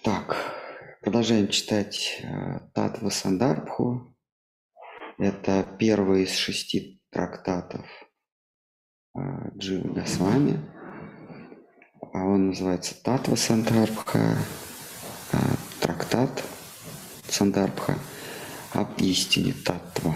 Так, продолжаем читать Татва Сандарбху. Это первый из 6 трактатов Дживы Госвами. Он называется Татва Сандарбха, трактат Сандарбха об истине Таттва.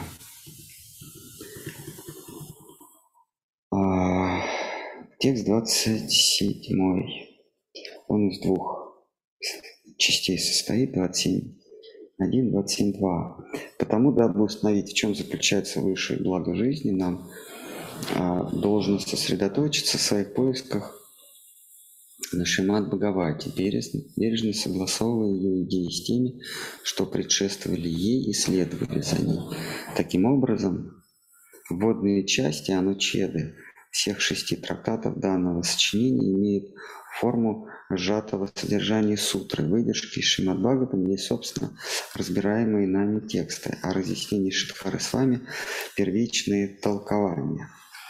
Текст 27. Он из 2 частей состоит, 27.1, 27.2. Потому, дабы установить, в чем заключается высшее благо жизни, нам должно сосредоточиться в своих поисках на Шримад Бхагавати, бережно согласовывая ее идеи с теми, что предшествовали ей и следовали за ней. Таким образом, вводные части Анучеды всех 6 трактатов данного сочинения имеют форму сжатого содержания сутры. Выдержки из Шримад Бхагаватам есть, собственно, разбираемые нами тексты, а разъяснения Шидхары с вами – первичные толкования.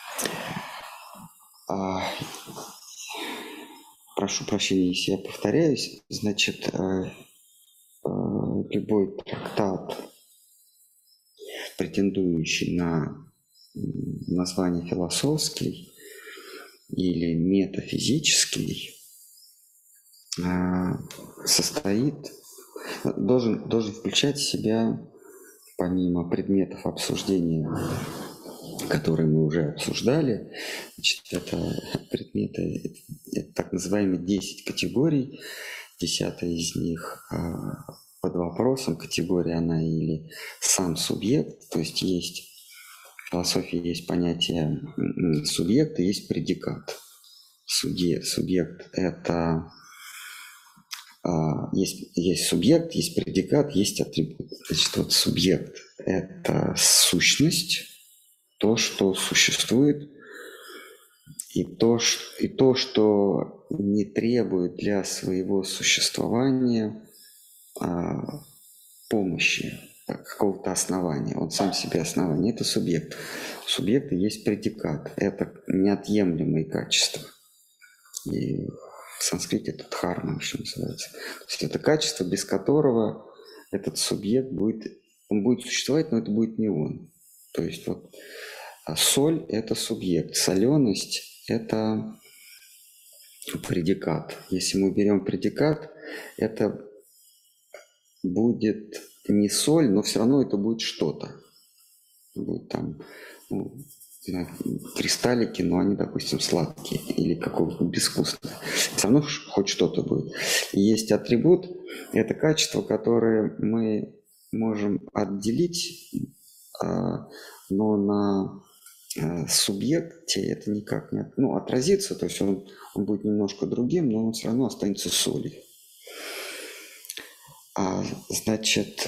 Прошу прощения, если я повторяюсь. Значит, любой трактат, претендующий на название философский или метафизический, должен включать в себя, помимо предметов обсуждения, которые мы уже обсуждали, значит, это предметы, это так называемые 10 категорий. 10-я из них под вопросом, категория она или сам субъект, то есть в философии есть понятие субъекта, есть предикат. Субъект – это есть субъект, есть предикат, есть атрибут. Значит, вот субъект – это сущность, то, что существует, и то, что не требует для своего существования помощи, какого-то основания. Он сам себе основание. Это субъект. У субъекта есть предикат. Это неотъемлемые качества. И в санскрите это дхарма еще называется. То есть это качество, без которого этот субъект будет существовать, но это будет не он. То есть вот соль – это субъект, соленость – это предикат. Если мы берем предикат, это будет не соль, но все равно это будет что-то. Будет там кристаллики, но они, допустим, сладкие или какого-то безвкусного. Все равно хоть что-то будет. И есть атрибут – это качество, которое мы можем отделить, но на субъекте это никак не отразится, то есть он будет немножко другим, но он все равно останется солью. Значит,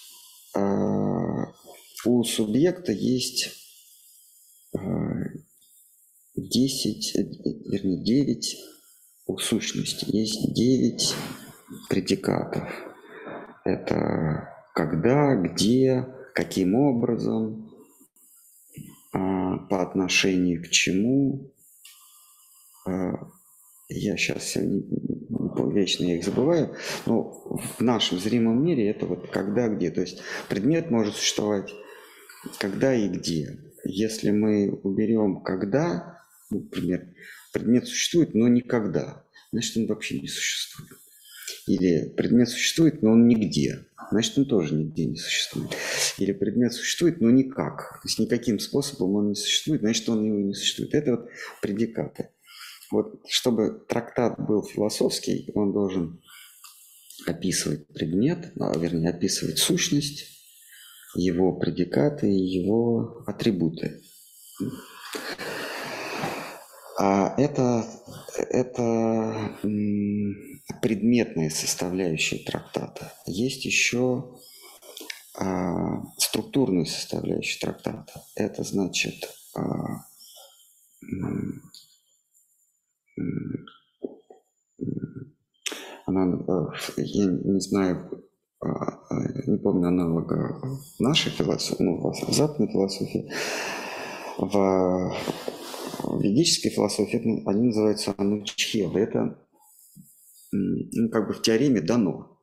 у субъекта есть 9, у сущности есть 9 предикатов. Это когда, где, каким образом, по отношению к чему. Я сейчас вечно их забываю, но в нашем зримом мире это вот когда, где. То есть предмет может существовать когда и где. Если мы уберем когда, например, предмет существует, но никогда, значит, он вообще не существует. Или предмет существует, но он нигде, значит, он тоже нигде не существует. Или предмет существует, но никак. То есть никаким способом он не существует, значит, он его не существует. Это вот предикаты. Вот, чтобы трактат был философский, он должен описывать предмет, вернее, описывать сущность, его предикаты и его атрибуты. Это предметная составляющая трактата. Есть еще структурная составляющая трактата. Это значит я не знаю, не помню аналога в нашей философии, в западной философии. В ведической философии они называются анучхевы. Это ну, как бы в теореме дано.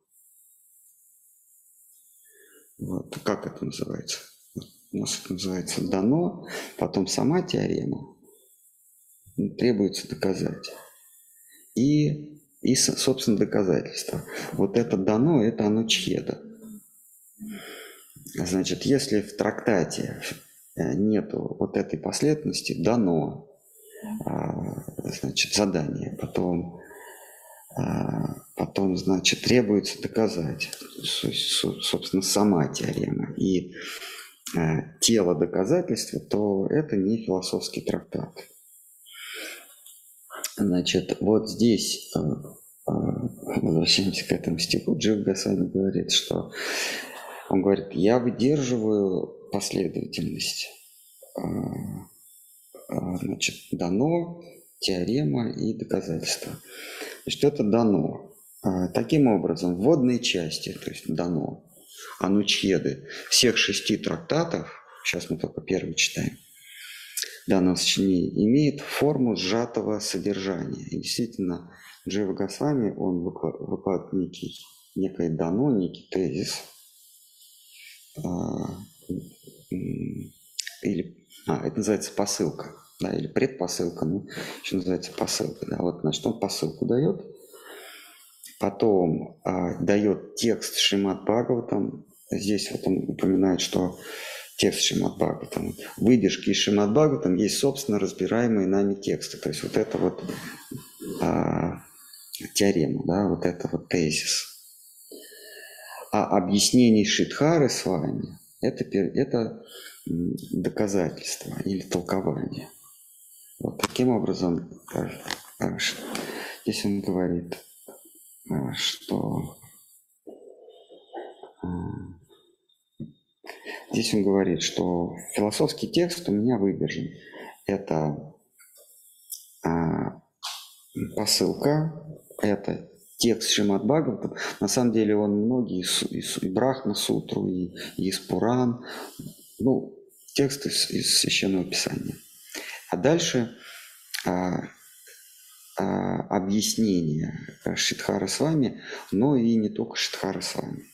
Вот, как это называется? У нас это называется дано, потом сама теорема требуется доказать. И собственно, доказательства. Вот это дано, это оно чье-то. Значит, если в трактате нету вот этой последовательности, дано, значит, задание, потом, значит, требуется доказать, собственно, сама теорема. И тело доказательства, то это не философский трактат. Значит, вот здесь возвращаемся к этому стиху. Джива Госвами говорит, что он говорит, я выдерживаю последовательность. Значит, дано, теорема и доказательство. Значит, это дано. Таким образом, вводные части, то есть дано, анучхеды всех 6 трактатов, сейчас мы только первый читаем, в данном сочинении, имеет форму сжатого содержания. И действительно, Джива Госвами, он выкладывает некое дано, некий тезис, это называется посылка, да, или предпосылка, ну, еще называется посылка, да, вот, значит, он посылку дает, потом дает текст Шримад Бхагаватам, здесь вот он упоминает, что текст Шримад Бхагаватам, выдержки из Шримад Бхагаватам есть, собственно, разбираемые нами тексты, то есть вот это вот теорема, да, вот это вот тезис. А объяснение Шидхары с вами это доказательство или толкование. Вот таким образом, здесь он говорит, что философский текст у меня выдержан. Это посылка, это текст Шримад Бхагаватам. На самом деле он многие и Брахма Сутру, и из Пуран, ну, текст из Священного Писания. А дальше объяснение Шидхара с вами, но и не только Шидхара с вами.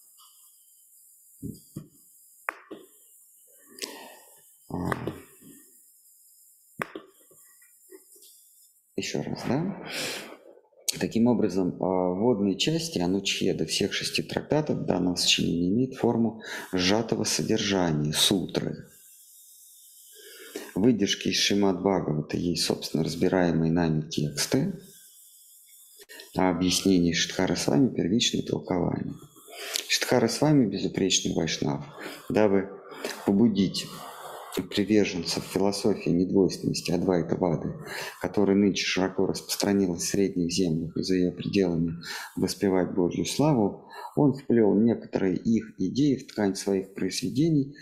Еще раз, да? Таким образом, вводные части анучхеда всех 6 трактатов данного сочинения имеют форму сжатого содержания, сутры. Выдержки из Шримад Бхагавата есть, собственно, разбираемые нами тексты, а объяснение Шидхара с вами первичное толкование. Шидхара с вами безупречный вайшнав, дабы побудить приверженцев философии недвойственности Адвайта Вады, которая нынче широко распространилась в средних землях и за ее пределами воспевать Божью славу, он вплел некоторые их идеи в ткань своих произведений,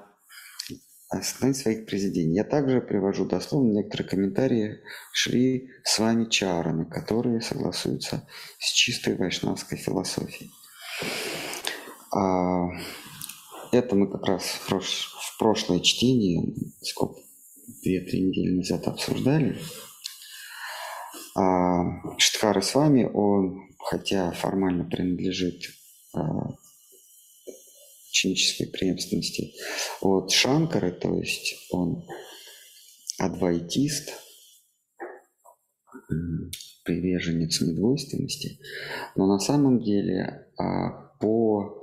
Я также привожу дословно некоторые комментарии Шри Свами Чараны, которые согласуются с чистой вайшнавской философией. Это мы как раз в прошлое чтение, 2-3 недели назад обсуждали. Шидхара с вами, он, хотя формально принадлежит ученической преемственности от Шанкары, то есть он адвайтист, приверженец недвойственности, но на самом деле по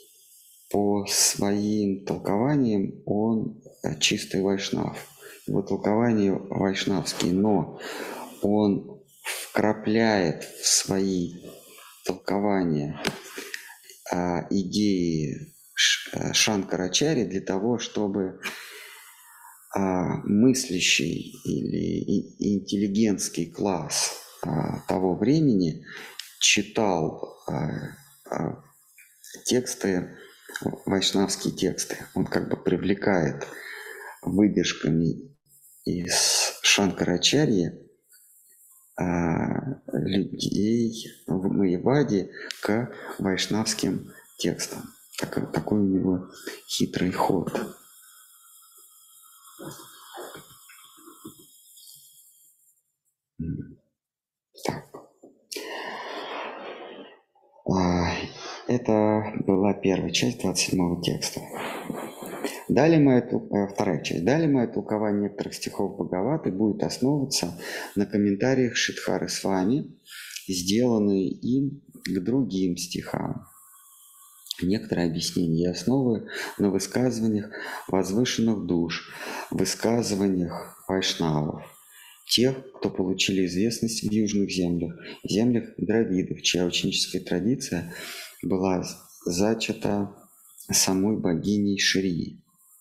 своим толкованиям он чистый вайшнав. Его толкования вайшнавские, но он вкрапляет в свои толкования идеи Шанкарачари для того, чтобы мыслящий или интеллигентский класс того времени читал тексты, вайшнавские тексты. Он как бы привлекает выдержками из Шанкарачарьи людей в Майяваде к вайшнавским текстам. Такой у него хитрый ход. Так. Это была первая часть 27-го текста. Вторая часть. Далее мое толкование некоторых стихов Бхагаваты будет основываться на комментариях Шидхары Свами, сделанные им к другим стихам. Некоторые объяснения и основы на высказываниях возвышенных душ, высказываниях вайшнавов, тех, кто получили известность в южных землях, землях дравидов, чья ученическая традиция была зачата самой богиней Шри.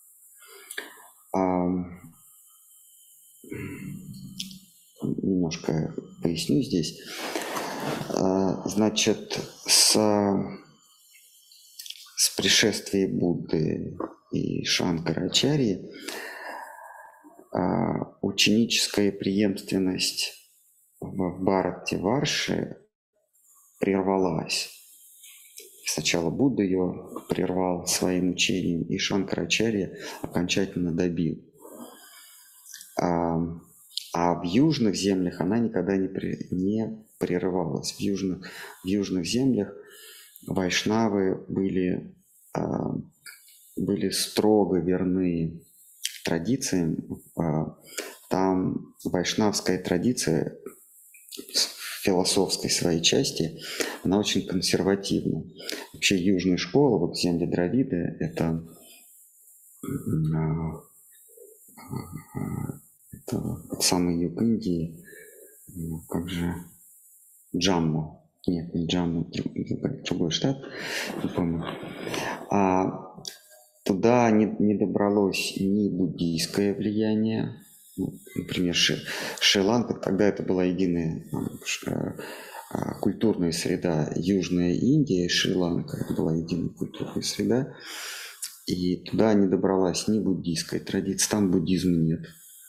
Немножко поясню здесь. Значит, с пришествием Будды и Шанкарачарьи ученическая преемственность в Бхарати-варше прервалась. Сначала Будда ее прервал своим учением, и Шанкарачарья окончательно добил. А в южных землях она никогда не прерывалась. В южных землях вайшнавы были строго верны традициям. Там вайшнавская традиция в философской своей части, она очень консервативна. Вообще южная школа, вот земли Дравиды, это самый юг Индии, как же, Джамму. Нет, не Джамму, другой штат, не помню. Туда не добралось ни буддийское влияние, например, Шри-Ланка, тогда это была единая культурная среда. Южная Индия и Шри-Ланка, это была единая культурная среда, и туда не добралась ни буддийская традиция, там буддизма нет.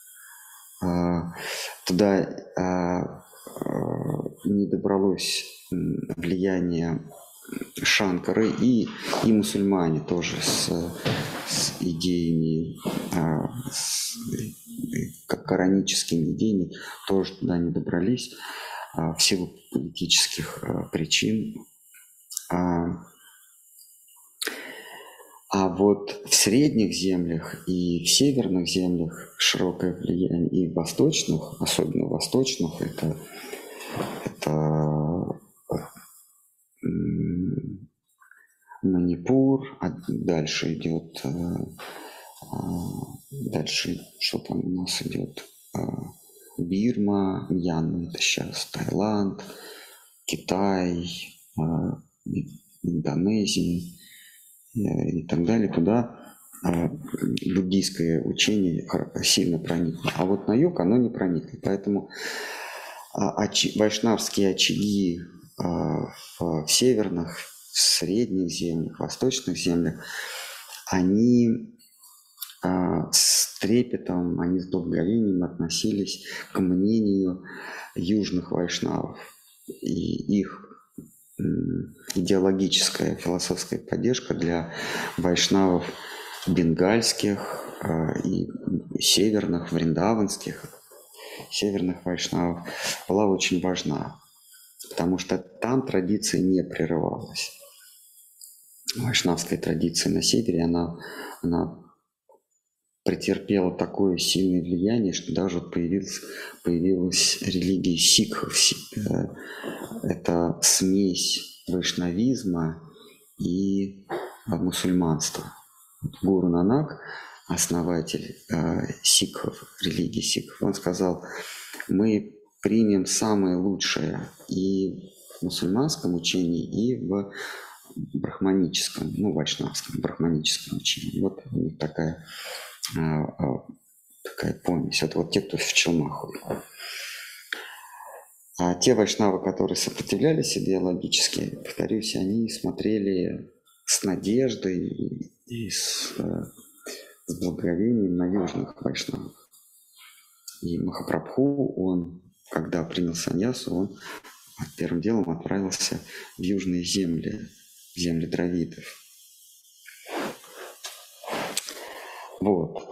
Туда не добралось влияние Шанкары и мусульмане тоже с идеями, кораническими идеями тоже туда не добрались в силу политических причин. А вот в средних землях и в северных землях широкое влияние, и в восточных, особенно восточных, это Манипур, а дальше идет, дальше что там у нас идет, Бирма, Мьянма, это сейчас Таиланд, Китай, Индонезия и так далее. Туда буддийское учение сильно проникло. А вот на юг оно не проникло. Поэтому вайшнавские очаги в северных, в средних землях, восточных землях, они с трепетом, они с благоговением относились к мнению южных вайшнавов. И их идеологическая, философская поддержка для вайшнавов бенгальских и северных, вриндаванских, северных вайшнавов была очень важна, потому что там традиция не прерывалась. Вайшнавская традиция на севере, она претерпела такое сильное влияние, что даже появилась религия сикхов. Это смесь вайшнавизма и мусульманства. Гуру Нанак, основатель сикхов, религии сикхов, он сказал: мы примем самое лучшее и в мусульманском учении, и в брахманическом, вайшнавском, брахманическом учении. Вот такая помесь. Это вот те, кто в челмах ходит. А те вайшнавы, которые сопротивлялись идеологически, повторюсь, они смотрели с надеждой и с благоговением на южных вайшнавов. И Махапрабху, он, когда принял саньясу, он первым делом отправился в южные земли, в земли дравидов. Вот.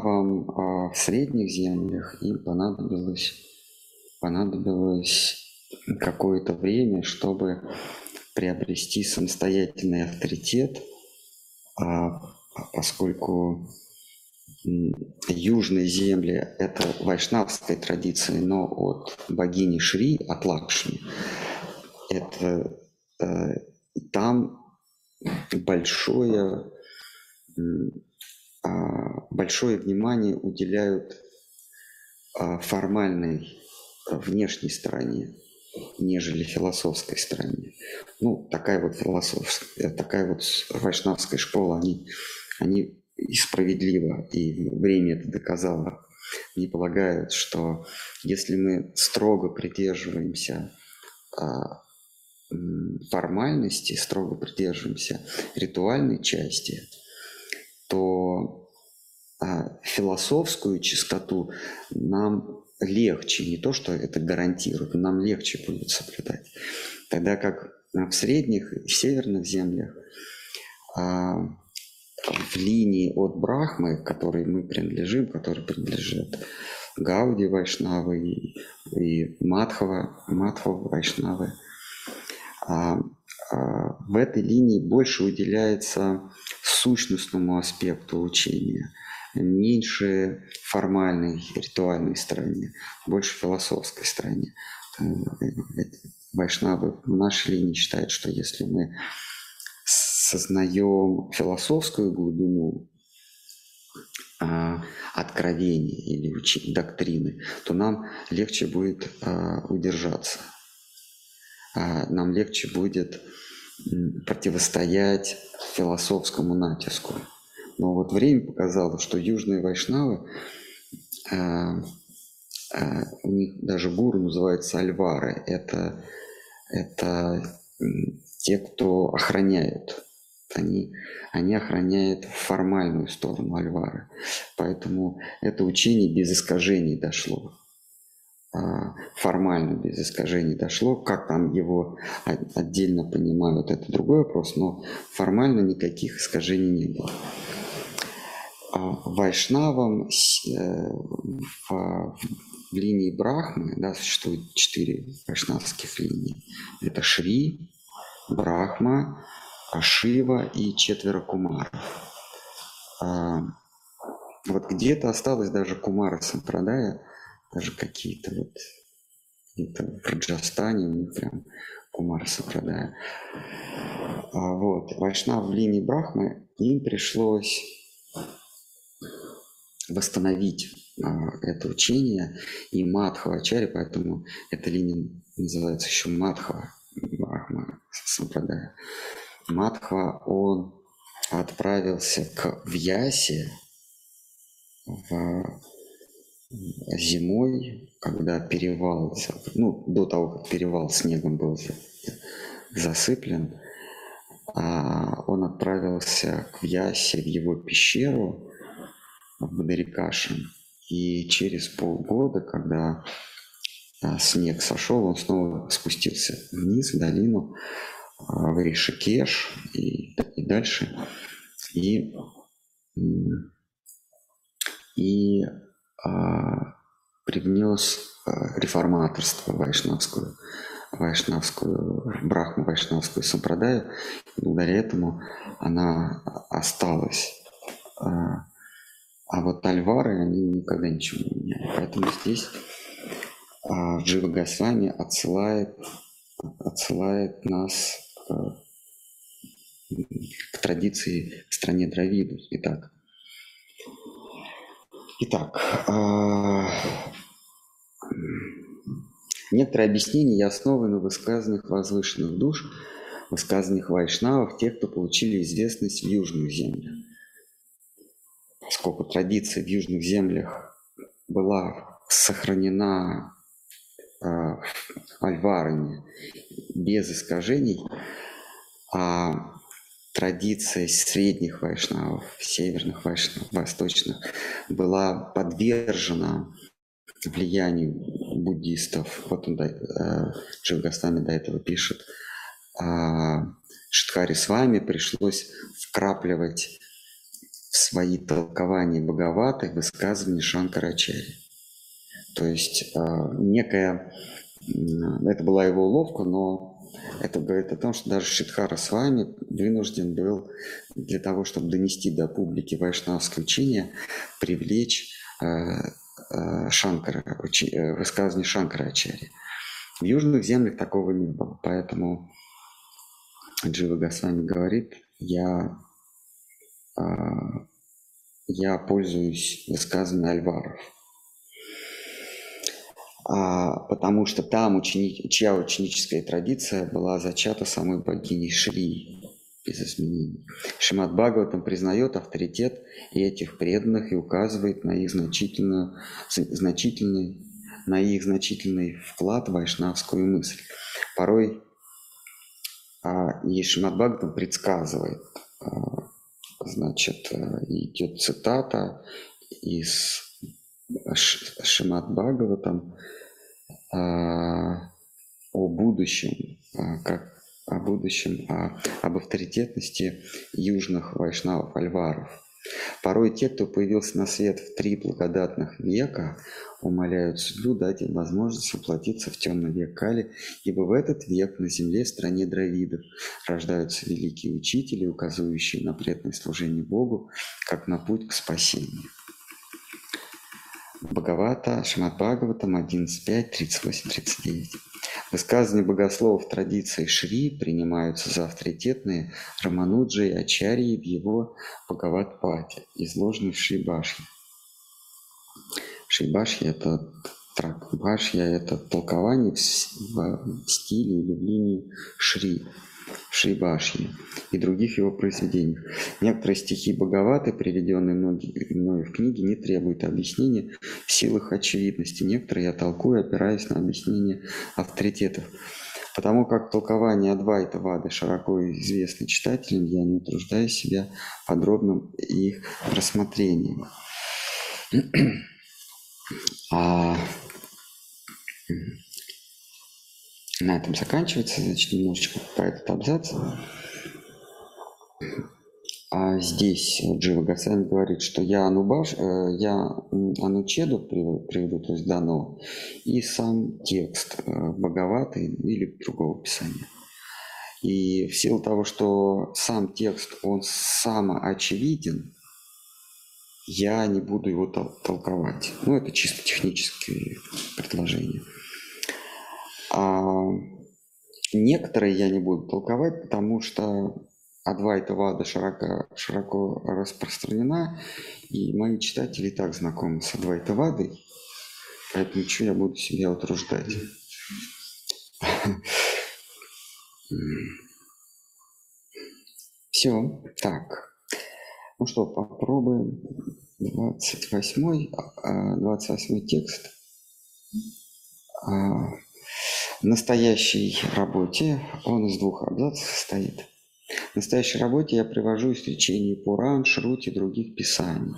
Вайшнавам в средних землях им понадобилось какое-то время, чтобы приобрести самостоятельный авторитет, поскольку южные земли – это вайшнавская традиция, но от богини Шри, от Лакшми, это там большое внимание уделяют формальной внешней стороне, нежели философской стороне. Ну, такая вот вайшнавская школа, они и справедливо, и время это доказало. Они полагают, что если мы строго придерживаемся формальности, строго придерживаемся ритуальной части, то философскую чистоту нам легче, не то, что это гарантирует, нам легче будет соблюдать. Тогда как в средних и северных землях в линии от Брахмы, к которой мы принадлежим, которой принадлежат Гауди Вайшнавы и Мадхва Вайшнавы, в этой линии больше уделяется сущностному аспекту учения, меньше формальной, ритуальной стороне, больше философской стороне. Вайшнавы в нашей линии считают, что если мы сознаем философскую глубину откровения или доктрины, то нам легче будет удержаться. Нам легче будет противостоять философскому натиску. Но вот время показало, что южные вайшнавы, у них даже гуру называются альвары. Это те, кто охраняют. Они охраняют формальную сторону альвары. Поэтому это учение без искажений дошло. Формально без искажений дошло. Как там его отдельно понимают, это другой вопрос, но формально никаких искажений не было. Вайшнавам в линии Брахмы, да, существует 4 вайшнавских линий. Это Шри, Брахма, Шива и 4 кумаров. Вот где-то осталось даже кумара сампрадая, даже какие-то вот где-то в Раджастане у них прям кумара сампрадая. Вот. Вайшнав в линии Брахмы, им пришлось восстановить это учение и Мадхва Ачарья, поэтому эта линия называется еще Мадхва Брахма сампрадая. Мадхва, он отправился к Вьясе зимой, когда перевал, до того, как перевал снегом был засыплен, он отправился к Вьясе в его пещеру в Бадарикашин. И через полгода, когда снег сошел, он снова спустился вниз, в долину, в Ришикеш и дальше. И привнес реформаторство вайшнавскую брахму, вайшнавскую сампрадаю. Благодаря этому она осталась. А вот альвары, они никогда ничего не меняли. Поэтому здесь Джива Госвами отсылает нас к традиции в стране Дравиду. Итак, некоторые объяснения основаны на высказанных возвышенных душ, высказанных вайшнавов, тех, кто получили известность в южных землях. Поскольку традиция в южных землях была сохранена альварами без искажений, а традиция средних вайшнавов, северных вайшнавов, восточных была подвержена влиянию буддистов. Вот он, Джива Госвами до этого пишет, Штхари Свами пришлось вкрапливать в свои толкования Бхагаваты высказывания Шанкарачарьи. То есть некая Это была его уловка, но это говорит о том, что даже Шидхара с вами вынужден был для того, чтобы донести до публики вайшнавское учение, привлечь Шанкара, высказывание Шанкара Ачарьи. В южных землях такого не было, поэтому Джива Госвами говорит, я пользуюсь высказыванием альваров. Потому что там чья ученическая традиция была зачата самой богиней Шри, без изменений. Шримад Бхагаватам признает авторитет и этих преданных и указывает на их значительный вклад в вайшнавскую мысль. Порой и Шримад Бхагаватам предсказывает, значит, идет цитата из Шримад Бхагаватам о будущем, об авторитетности южных вайшнавов, альваров. Порой те, кто появился на свет в 3 благодатных века, умоляют судьбу дать им возможность воплотиться в темный век Кали, ибо в этот век на земле, в стране дравидов, рождаются великие учители, указывающие на преданное служение Богу, как на путь к спасению. Бхагавата, Шримад Бхагаватам 11.5, 38-39. Высказывания богословов традиции Шри принимаются за авторитетные Рамануджи и Ачарьи в его Бхагават-пате, изложенной в Шри-Башье. Шри-Башья – это Башья – это толкование в стиле или в линии Шри, Шри-Башьи и других его произведениях. Некоторые стихи Бхагаваты, приведенные мною в книге, не требуют объяснения в силах очевидности. Некоторые я толкую, опираясь на объяснение авторитетов. Потому как толкование Адвайта Вады широко известно читателям, я не утруждаю себя подробным их рассмотрением. На этом заканчивается, значит, немножечко по этот абзац. Здесь Джива Госвами говорит, что я Анучеду приведу, то есть данного, и сам текст Бхагаваты или другого писания. И в силу того, что сам текст, он самоочевиден, я не буду его толковать. Это чисто технические предложения. Некоторые я не буду толковать, потому что Адвайта Вада широко распространена, и мои читатели и так знакомы с Адвайта Вадой, поэтому что я буду себя утруждать. Все, так. Ну что, попробуем 28 текст. В настоящей работе он из 2 абзацев состоит. В настоящей работе я привожу изречения Пуран, Шрути и других писаний.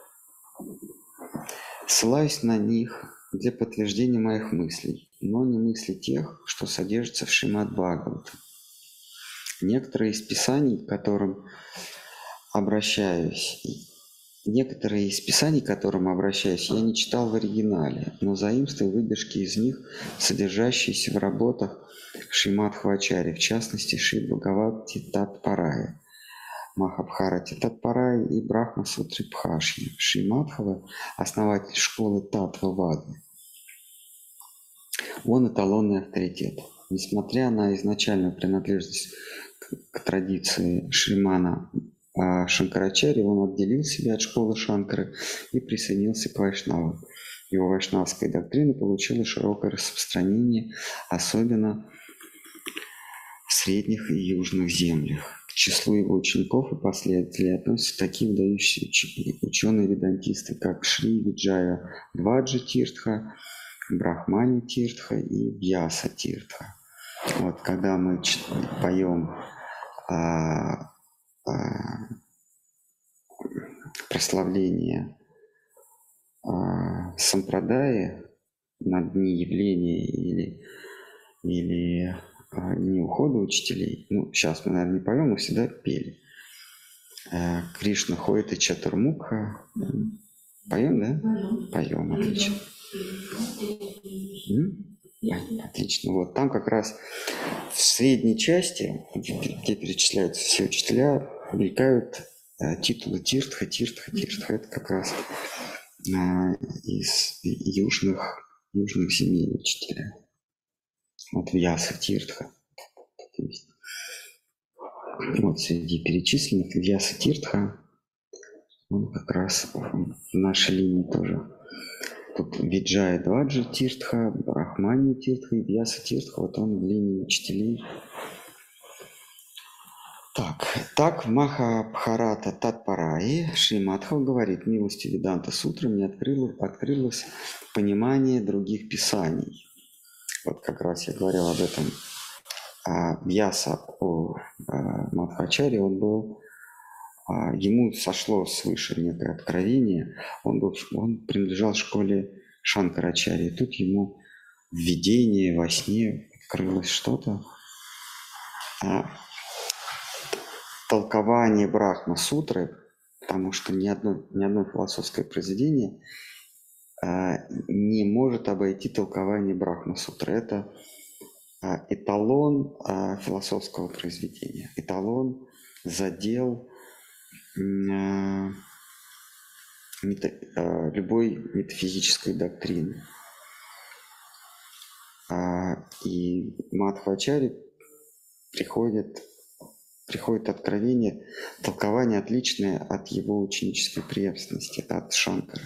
Ссылаюсь на них для подтверждения моих мыслей, но не мыслей тех, что содержится в Шримад Бхагаватам. Некоторые из писаний, к которым обращаюсь, я не читал в оригинале, но заимствую выдержки из них, содержащиеся в работах Шримадхвачарьи, в частности Шри Бхагавати Татпарая, Махабхарати Татпарая и Брахма Сутри Бхашьи. Шримадхава – основатель школы Татва-Вады. Он эталонный авторитет. Несмотря на изначальную принадлежность к традиции Шримана Шанкарачарьи, он отделил себя от школы Шанкары и присоединился к вайшнавам. Его вайшнавская доктрина получила широкое распространение, особенно в средних и южных землях. К числу его учеников и последователей относятся такие выдающиеся ученые-ведантисты, как Шри Виджая Дваджи Тиртха, Брахмани Тиртха и Вьяса Тиртха. Когда мы поем прославление сампрадаи на дни явления или дни ухода учителей. Сейчас мы, наверное, не поем, но всегда пели. Кришна ходит и Чатурмукха. Поем, да? Поем, отлично. Отлично. Вот там как раз в средней части, где перечисляются все учителя, мелькают титулы Тиртха. Это как раз из южных земель учителя. Вот Вьяса Тиртха. Вот среди перечисленных Вьяса Тиртха, он как раз в нашей линии тоже. Тут Виджая Дваджи Тиртха, Брахмани Тиртха и Вьяса Тиртха, вот он в линии учителей. Так в Махабхарата Татпараи Шри Мадхава говорит: милостью Веданта Сутры мне открылось понимание других писаний. Вот как раз я говорил об этом. Вьяса Мадхачари, он был, ему сошло свыше некое откровение, он принадлежал школе Шанкарачарьи. Тут ему в видении, во сне открылось что-то. Толкование Брахма-сутры, потому что ни одно философское произведение не может обойти толкование Брахма-сутры. Это эталон философского произведения, эталон, задел любой метафизической доктрины. И Мадхвачари приходит откровение, толкование отличное от его ученической преемственности, от Шанкара.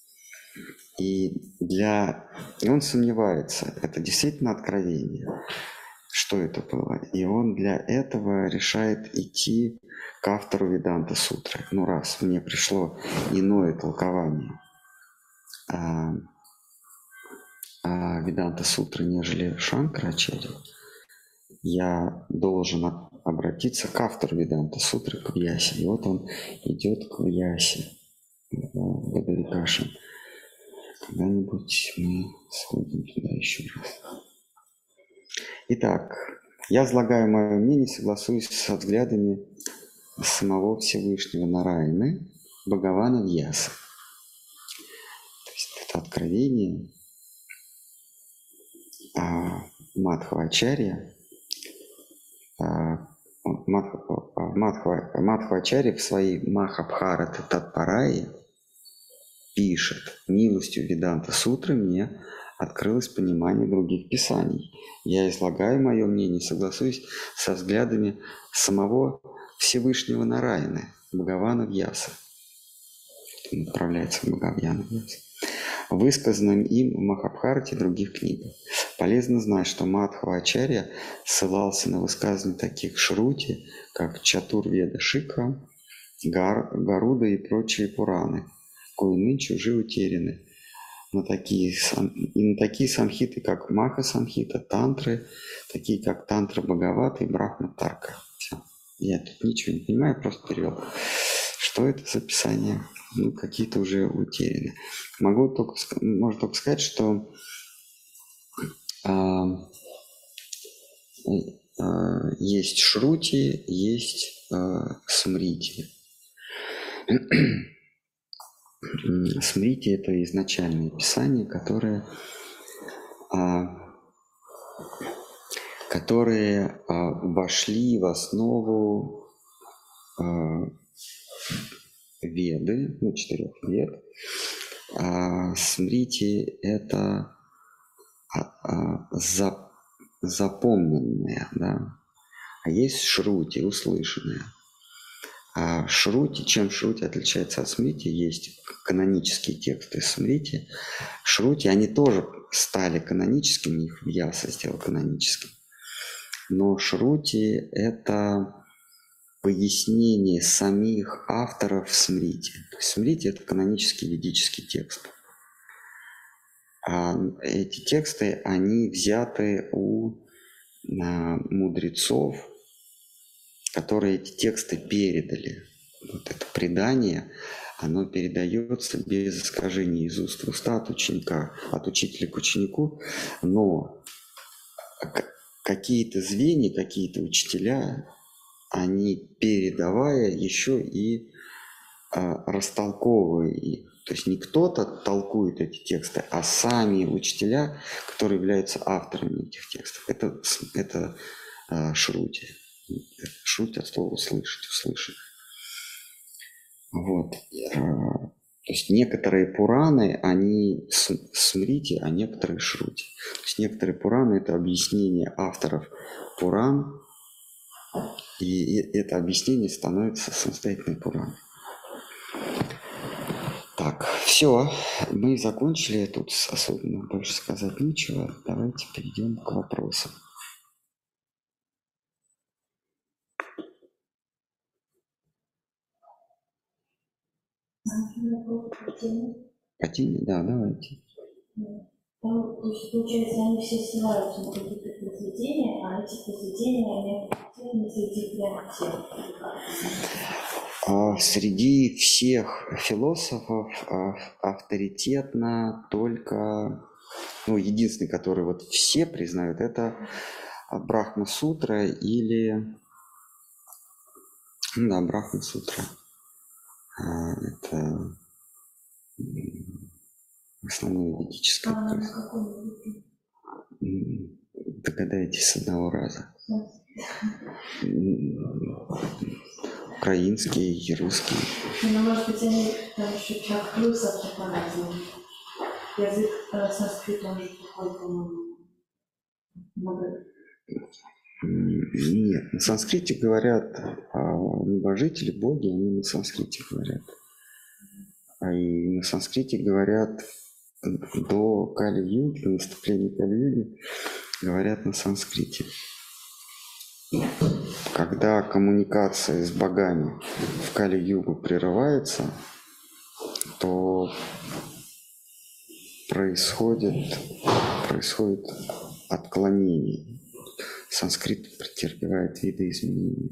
И он сомневается, это действительно откровение, что это было. И он для этого решает идти к автору Веданта Сутры. Ну, раз мне пришло иное толкование Веданта Сутры, нежели Шанкарачарья, я должен обратиться к автору Веданта Сутры, к Вьясе. И вот он идет к Вьясе, Гадарикашам. Когда-нибудь мы сходим туда еще раз. Итак, я излагаю мое мнение, согласуюсь со взглядами самого Всевышнего Нараяны, Бхагавана Вьяса. То есть это откровение Мадхвачарья. Мадхвачарья в своей Махабхарата Татпараи пишет: милостью Веданта Сутры мне открылось понимание других писаний. Я излагаю мое мнение, согласуюсь со взглядами самого Всевышнего Нараяны, Бхагавана Вьяса. Он отправляется к Бхагавану Вьяса, высказанным им в Махабхарате и других книгах. Полезно знать, что Мадхвачарья ссылался на высказывания таких Шрути, как Чатурведа Шикха, Гаруда и прочие Пураны, кои нынче уже утеряны, на такие самхиты, как Маха Самхита, тантры, такие как Тантра Бхагавата и Брахма Тарка. Все. Я тут ничего не понимаю, просто перевел. Что это за писания? Ну, какие-то уже утеряны. Можно только сказать, что есть Шрути, есть Смрити. Смрити – это изначальные писания, которые вошли в основу Веды, 4 вед. Смрити – это запомненные, да. А есть Шрути, услышанные. А Шрути, чем Шрути отличается от Смрити? Есть канонические тексты Смрити. Шрути, они тоже стали каноническими, их Вьяса сделал каноническим. Но Шрути – это пояснение самих авторов Смрити. То есть Смрити – это канонический ведический текст. А эти тексты, они взяты у мудрецов, которые эти тексты передали. Вот это предание, оно передается без искажений из уст в уста от ученика, от учителя к ученику, но какие-то звенья, какие-то учителя, они, передавая, еще и растолковывая их. То есть не кто-то толкует эти тексты, а сами учителя, которые являются авторами этих текстов. Это шрути. Шрути от слова «слышать», «услышать». Вот. То есть некоторые пураны, они смрити, а некоторые шрути. То есть некоторые пураны – это объяснение авторов пуран, и это объяснение становится самостоятельной пураной. Так, все, мы закончили. Тут особенно больше сказать нечего. Давайте перейдем к вопросам. По теме? Да, давайте. Там, то есть, получается, они все ссылаются на какие-то произведения, а эти произведения, они не среди прям всех. Среди всех философов авторитетно только, единственный, который вот все признают, это Брахма-сутра или... Да, Брахма-сутра. Это основное ведическое. Догадайтесь с одного раза. Украинский, русский. Ну, может быть, они там еще чак плюсов по-разному. Язык санскрита, он же такой, по-моему, много. Нет, на санскрите говорят небожители, боги, они на санскрите говорят. И на санскрите говорят до Кали-юги, до наступления Кали-юги, говорят на санскрите. Когда коммуникация с богами в Кали-югу прерывается, то происходит отклонение. Санскрит претерпевает видоизменения.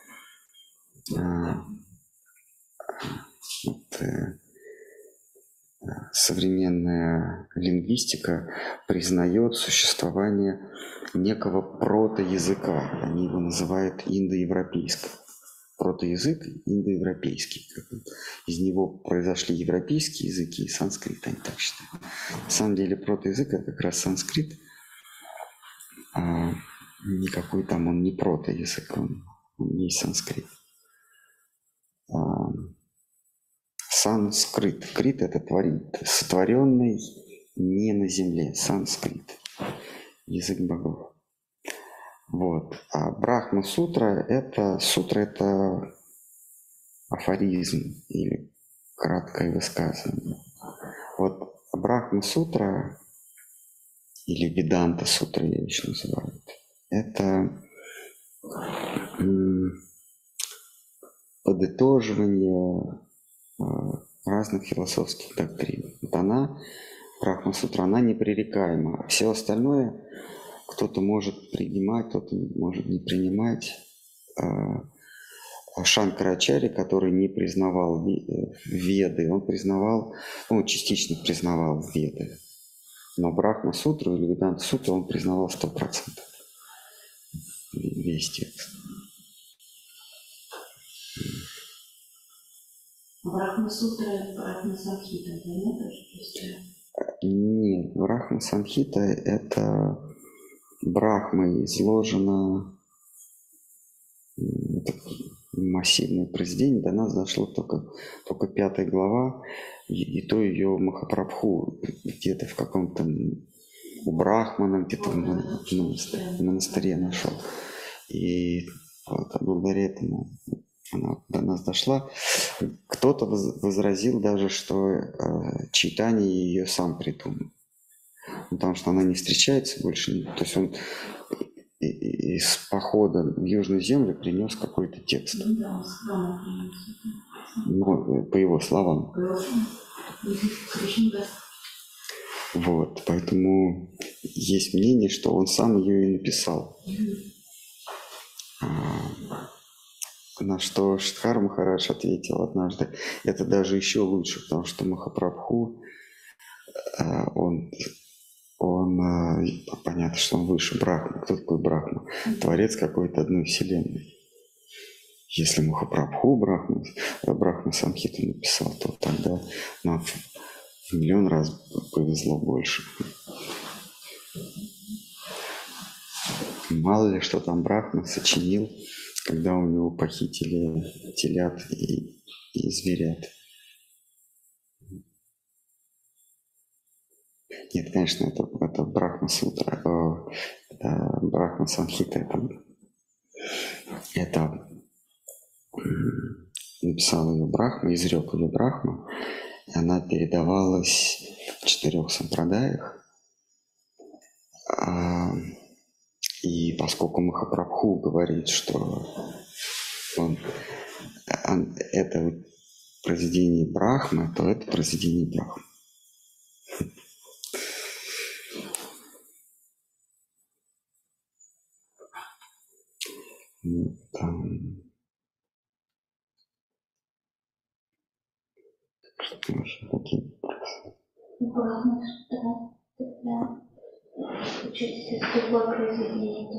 Современная лингвистика признает существование некого протоязыка. Они его называют индоевропейским. Протоязык индоевропейский. Из него произошли европейские языки и санскрит, они так считают. На самом деле протоязык – это как раз санскрит. Никакой там он не протоязык, он есть санскрит. Санскрит. Крит – это сотворенный не на земле. Санскрит. Язык богов. Вот. А Брахма-сутра – это афоризм или краткое высказывание. Вот Брахма-сутра или Веданта-сутра я еще называю. Это подытоживание разных философских доктрин. Вот Брахма-сутра, она непререкаема. Все остальное кто-то может принимать, кто-то может не принимать. Шанкарачарья, который не признавал Веды, он признавал, частично признавал Веды. Но Брахма-сутру или Веданта-сутру он признавал 100%. Весь текст. Брахма-сутра – Брахма-самхита, да? Нет, Брахма-самхита – это Брахма изложено массивное произведение, до нас дошло только 5 глава, и то ее Махапрабху где-то в каком-то у Брахмана, где-то в монастыре нашел. И вот, благодаря этому она до нас дошла. Кто-то возразил даже, что Чайтанья ее сам придумал. Потому что она не встречается больше. То есть он из похода в Южную землю принес какой-то текст. Ну, по его словам. Вот, поэтому есть мнение, что он сам ее и написал. На что Шидхар Махарадж ответил однажды: это даже еще лучше, потому что Махапрабху, он понятно, что он выше Брахма. Кто такой Брахма? Творец какой-то одной вселенной. Если Махапрабху Брахма Самхиту написал, то тогда нам в миллион раз повезло больше. Мало ли, что там Брахма сочинил, когда у него похитили телят и зверят. Нет, конечно, это Брахма Сутра, это Брахма Самхита, это написал ее Брахма, изрек ее Брахма, и она передавалась в 4 сампрадаях. И поскольку Махапрабху говорит, что это произведение Брахмы, то это произведение Брахмы. Что еще такие? Брахма Сутра, тогда учитесь из другого произведения,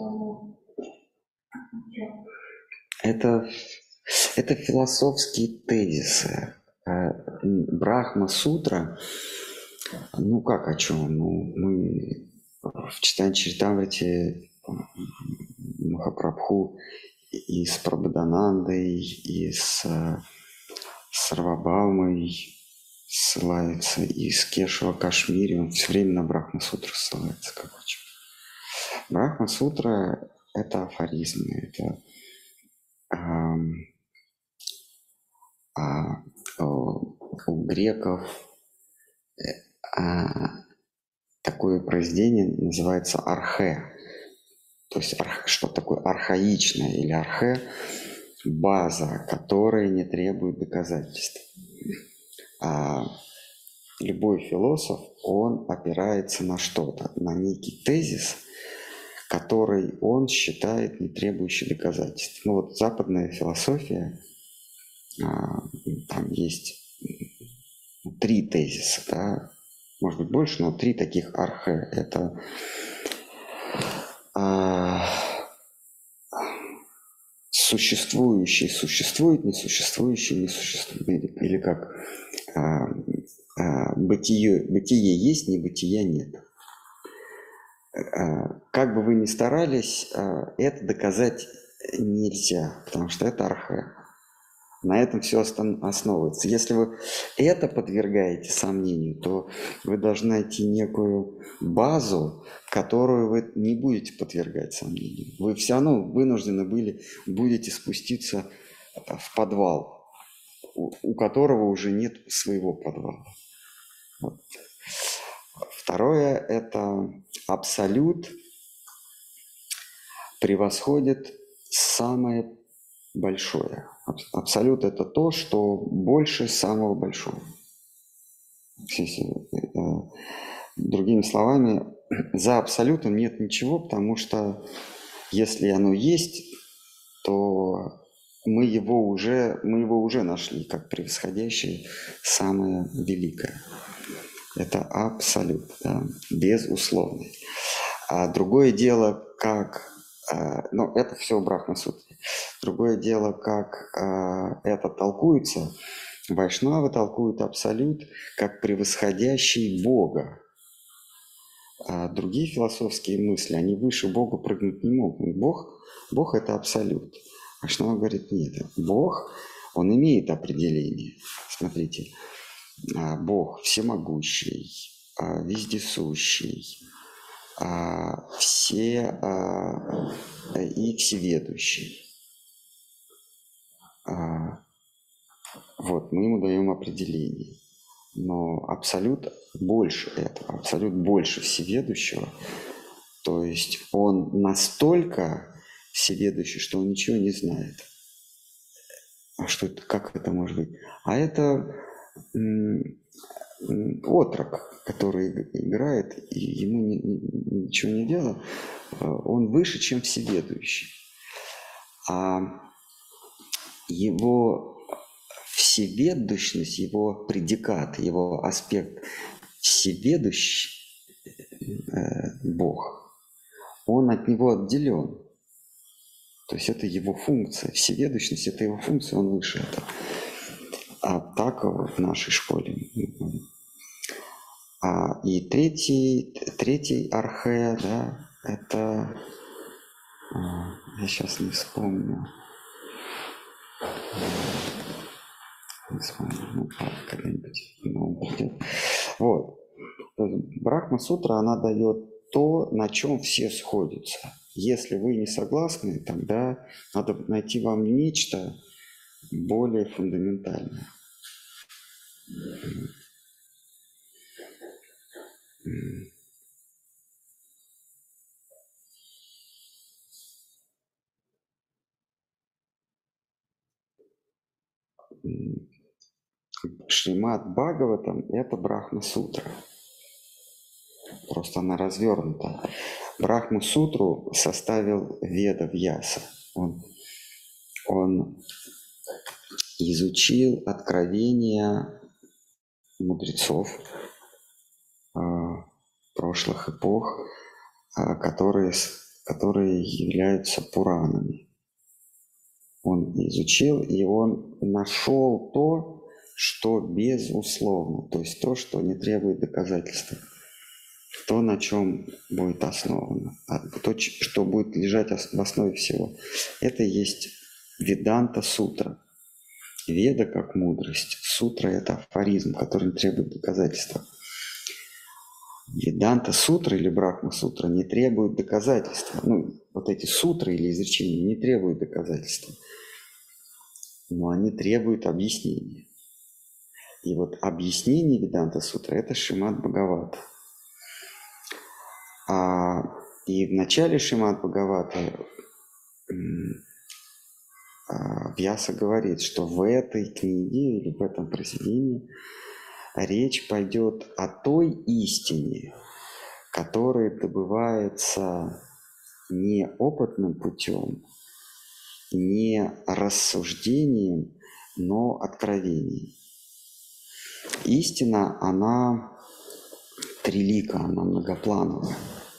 Это философские тезисы. Брахма Сутра, ну как о чем? Ну, мы в читании Чаритамрите Махапрабху и с Прабхаданандой, и с Сарвабаумой ссылается, и с Кешава Кашмири, он все время на Брахма Сутру ссылается, как очень. Брахма Сутра – это афоризмы, это у греков такое произведение называется архе. То есть что такое архаичное или архе? База, которая не требует доказательств. Любой философ, он опирается на что-то, на некий тезис, который он считает не требующий доказательств. Ну вот западная философия, там есть 3 тезиса, да, может быть больше, но 3 таких архе. Это существующий существует, несуществующий не существует, или как бытие есть, небытия нет. Как бы вы ни старались, это доказать нельзя, потому что это архе. На этом все основывается. Если вы это подвергаете сомнению, то вы должны найти некую базу, которую вы не будете подвергать сомнению. Вы все равно вынуждены будете спуститься в подвал, у которого уже нет своего подвала. Вот. Второе – это абсолют превосходит самое большое. Абсолют – это то, что больше самого большого. Другими словами, за абсолютом нет ничего, потому что если оно есть, то мы его уже нашли как превосходящее самое великое. Это абсолют, да, безусловный. А другое дело, как... это все в Брахма-сутре. Другое дело, как это толкуется. Вайшнавы толкуют абсолют как превосходящий Бога. А другие философские мысли, они выше Бога прыгнуть не могут. Бог – это абсолют. Вайшнава говорит, нет, Бог, он имеет определение. Смотрите, Бог всемогущий, вездесущий, и всеведущий. Вот, мы ему даем определение. Но абсолют больше этого, абсолют больше всеведущего. То есть он настолько всеведущий, что он ничего не знает. Как это может быть? А это отрок, который играет, и ему ничего не дело, он выше, чем всеведущий. А его всеведущность, его предикат, его аспект всеведущий Бог, он от него отделен. То есть это его функция. Всеведущность – это его функция, он выше этого. А так в нашей школе. И третий архе, да, это, я сейчас не вспомню. Не вспомню, ну, когда-нибудь придет. Вот. Брахма-сутра, она дает то, на чем все сходятся. Если вы не согласны, тогда надо найти вам нечто более фундаментальное. Шримад Бхагаватам – это Брахма-сутра. Просто она развернута. Брахма-сутру составил Веда Вьяса. Он изучил откровения мудрецов прошлых эпох, которые являются Пуранами. Он изучил, и он нашел то, что безусловно, то есть то, что не требует доказательства, то, на чем будет основано, то, что будет лежать в основе всего. Это и есть Веданта-сутра. Веда как мудрость, сутра – это афоризм, который не требует доказательства. Веданта-сутра или Брахма-сутра не требует доказательства. Вот эти сутры или изречения не требуют доказательства, но они требуют объяснения. И вот объяснение Веданта-сутры – это Шримад Бхагавата. И в начале Шримад Бхагавата Вьяса говорит, что в этой книге или в этом произведении речь пойдет о той истине, которая добывается не опытным путем, не рассуждением, но откровением. Истина, она трилика, она многоплановая.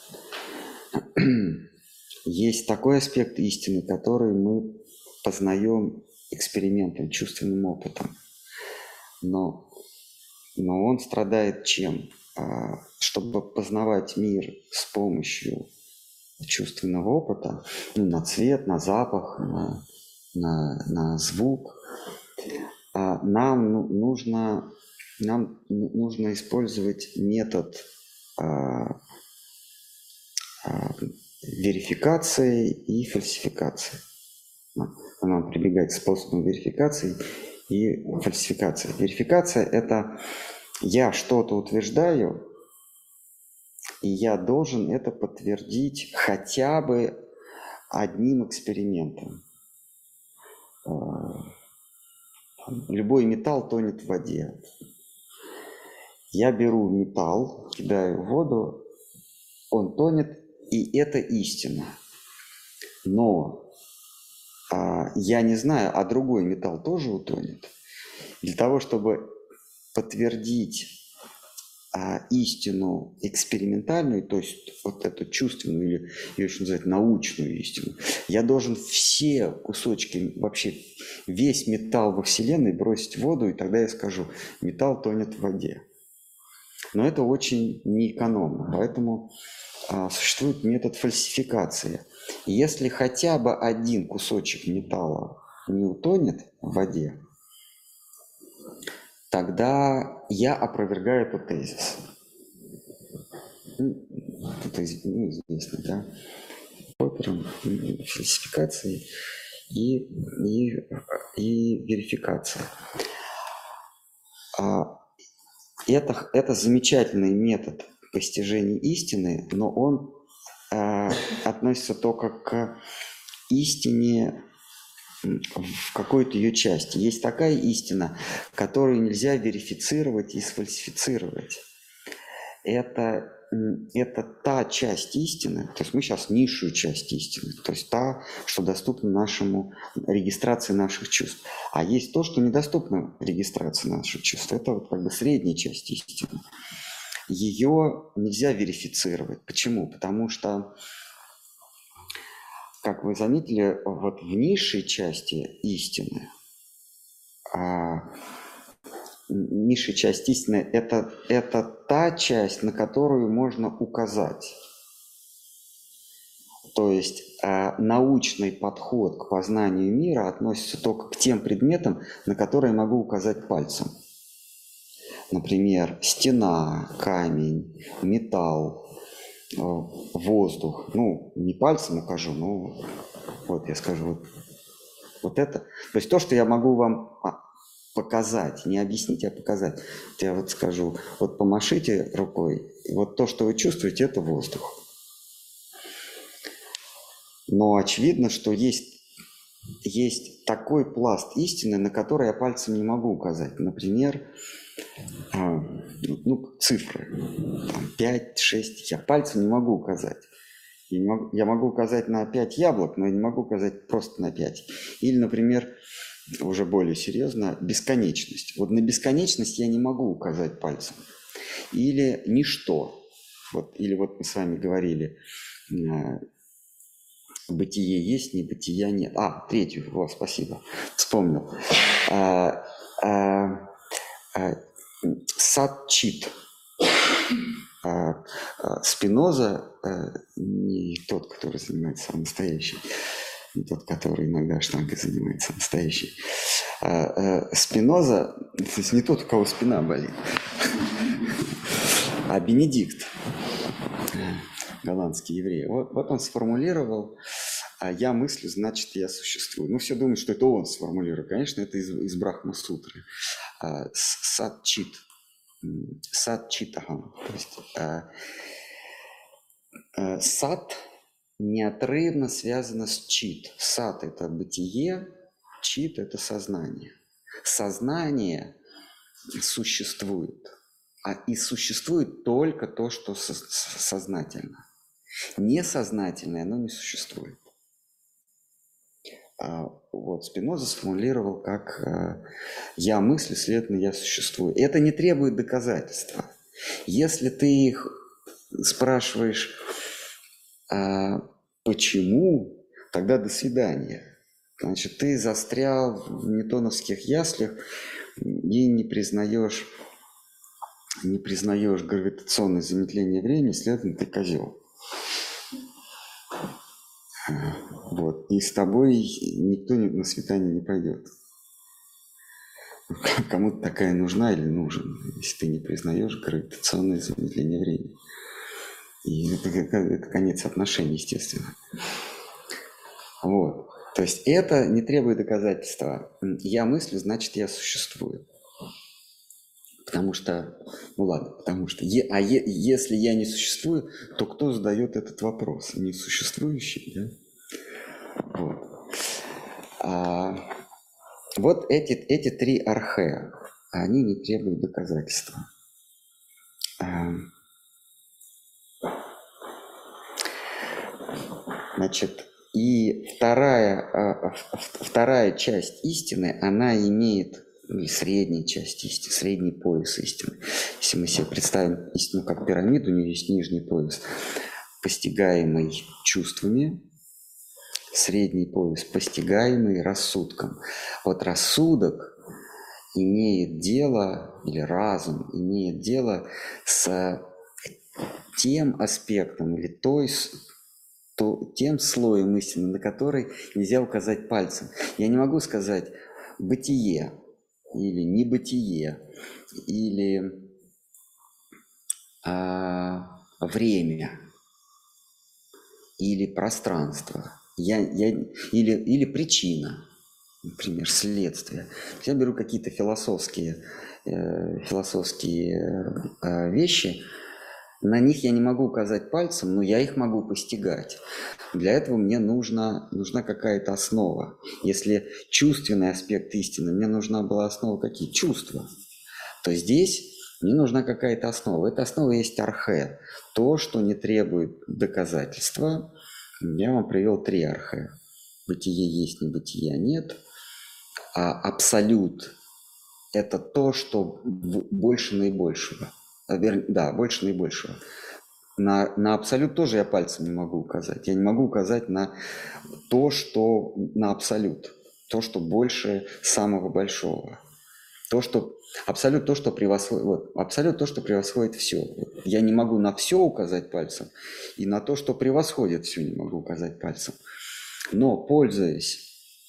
Есть такой аспект истины, который мы познаем экспериментом, чувственным опытом. Но он страдает чем? Чтобы познавать мир с помощью чувственного опыта, на цвет, на запах, на звук, нам нужно использовать метод верификации и фальсификации. Нам прибегать к способам верификации и фальсификации. Верификация – это я что-то утверждаю, и я должен это подтвердить хотя бы одним экспериментом. Любой металл тонет в воде. Я беру металл, кидаю в воду, он тонет, и это истина. Но я не знаю, а другой металл тоже утонет. Для того, чтобы подтвердить истину экспериментальную, то есть вот эту чувственную, или ее еще называют научную истину, я должен все кусочки, вообще весь металл во Вселенной бросить в воду, и тогда я скажу, металл тонет в воде. Но это очень неэкономно, поэтому существует метод фальсификации. Если хотя бы один кусочек металла не утонет в воде, тогда я опровергаю этот тезис. Это известно, да? Опером, фальсификацией и верификацией. Это замечательный метод постижения истины, но он относится только к истине в какой-то ее части. Есть такая истина, которую нельзя верифицировать и сфальсифицировать. Это та часть истины, то есть мы сейчас низшую часть истины, то есть та, что доступна регистрации наших чувств. А есть то, что недоступно регистрации наших чувств. Это вот как бы средняя часть истины. Ее нельзя верифицировать. Почему? Потому что как вы заметили, вот в низшей части истины, низшая часть истины – это та часть, на которую можно указать. То есть научный подход к познанию мира относится только к тем предметам, на которые я могу указать пальцем. Например, стена, камень, металл, воздух. Ну, не пальцем укажу, но вот я скажу вот это. То есть то, что я могу вам показать, не объяснить, а показать. Я вот скажу, вот помашите рукой, вот то, что вы чувствуете, это воздух. Но очевидно, что есть такой пласт истины, на который я пальцем не могу указать. Например, цифры. 5, 6. Я пальцем не могу указать. Я могу указать на 5 яблок, но я не могу указать просто на 5. Или, например, уже более серьезно, бесконечность. Вот на бесконечность я не могу указать пальцем. Или ничто. Или вот мы с вами говорили, бытие есть, небытия нет. Третью, спасибо, вспомнил. Сат-чит. Спиноза не тот, который занимается настоящий, не тот, который иногда штангой занимается настоящий. Спиноза, то есть не тот, у кого спина болит, а Бенедикт, голландский еврей. Вот он сформулировал: «Я мыслю, значит, я существую». Все думают, что это он сформулировал. Конечно, это из Брахма-сутры. Сат-чит. Сат-читахам. То есть сат неотрывно связано с чит. Сат – это бытие, чит – это сознание. Сознание существует, и существует только то, что сознательно. Несознательное оно не существует. Спиноза сформулировал как «я мыслю, следовательно, я существую». Это не требует доказательства. Если ты их спрашиваешь «почему?», тогда до свидания. Значит, ты застрял в ньютоновских яслях и не признаешь гравитационное замедление времени, следовательно, ты козел. И с тобой никто на свидание не пойдет. Кому-то такая нужна или нужен, если ты не признаешь гравитационное замедление времени. И это конец отношений, естественно. То есть это не требует доказательства. Я мыслю, значит, я существую. Потому что, если я не существую, то кто задает этот вопрос? Несуществующий, да? Эти три архе, они не требуют доказательства. Значит, и вторая часть истины, она имеет, средняя часть истины, средний пояс истины. Если мы себе представим истину как пирамиду, у нее есть нижний пояс, постигаемый чувствами, средний пояс, постигаемый рассудком. Рассудок имеет дело, или разум имеет дело с тем аспектом, или тем слоем истины, на который нельзя указать пальцем. Я не могу сказать бытие, или небытие, или время, или пространство. Или причина, например, следствие. Я беру какие-то философские вещи, на них я не могу указать пальцем, но я их могу постигать. Для этого мне нужна какая-то основа. Если чувственный аспект истины, мне нужна была основа какие? Чувства. То здесь мне нужна какая-то основа. Эта основа есть архе. То, что не требует доказательства. Я вам привел три архе. Бытие есть, небытия нет. А абсолют – это то, что больше наибольшего. Больше наибольшего. На абсолют тоже я пальцем не могу указать. Я не могу указать на то, что на абсолют. То, что больше самого большого. То, что абсолют то, что превосходит, вот, абсолют то, что превосходит все. Я не могу на все указать пальцем, и на то, что превосходит все, не могу указать пальцем. Но пользуясь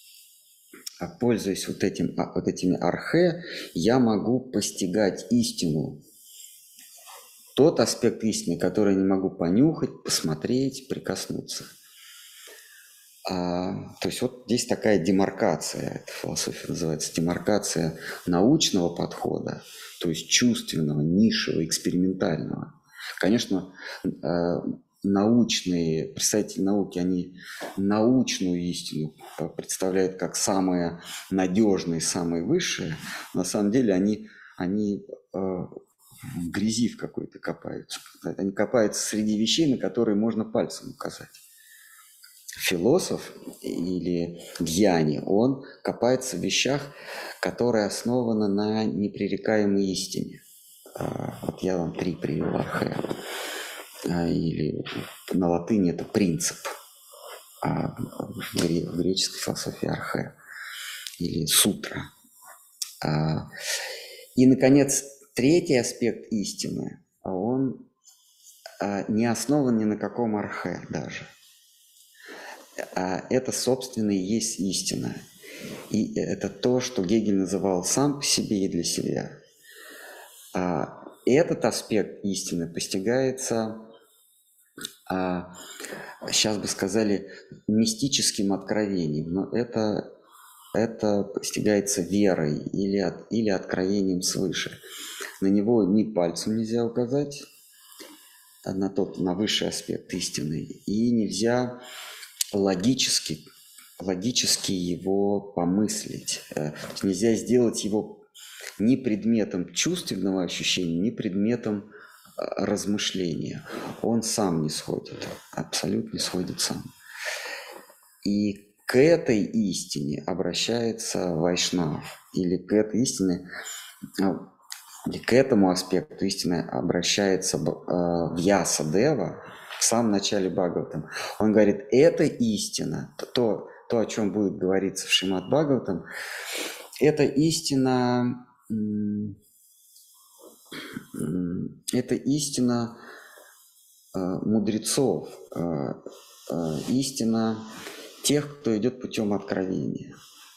вот этими архе, я могу постигать истину. Тот аспект истины, который я не могу понюхать, посмотреть, прикоснуться. То есть вот здесь такая демаркация, эта философия называется демаркация научного подхода, то есть чувственного, низшего, экспериментального. Конечно, научные представители науки, они научную истину представляют как самое надежное, самое высшее. На самом деле они в грязи в какой-то копаются. Они копаются среди вещей, на которые можно пальцем указать. Философ или гьяни, он копается в вещах, которые основаны на непререкаемой истине. Вот я вам 3 привел архе. Или на латыни это принцип. А в греческой философии архе. Или сутра. И, наконец, 3-й аспект истины, он не основан ни на каком архе даже. Это, собственно, и есть истина. И это то, что Гегель называл сам по себе и для себя. Этот аспект истины постигается, сейчас бы сказали, мистическим откровением, но это постигается верой или откровением свыше. На него ни пальцем нельзя указать, на высший аспект истины, и нельзя логически его помыслить. Нельзя сделать его ни предметом чувственного ощущения, ни предметом размышления. Он сам не сходит, абсолютно не сходит сам. И к этой истине обращается Вайшнав, или к этой истине, или к этому аспекту истины обращается Вьясадева в самом начале Бхагаватам. Он говорит, это истина, то, о чем будет говориться в Шримад Бхагаватам, это истина мудрецов, истина тех, кто идет путем откровения.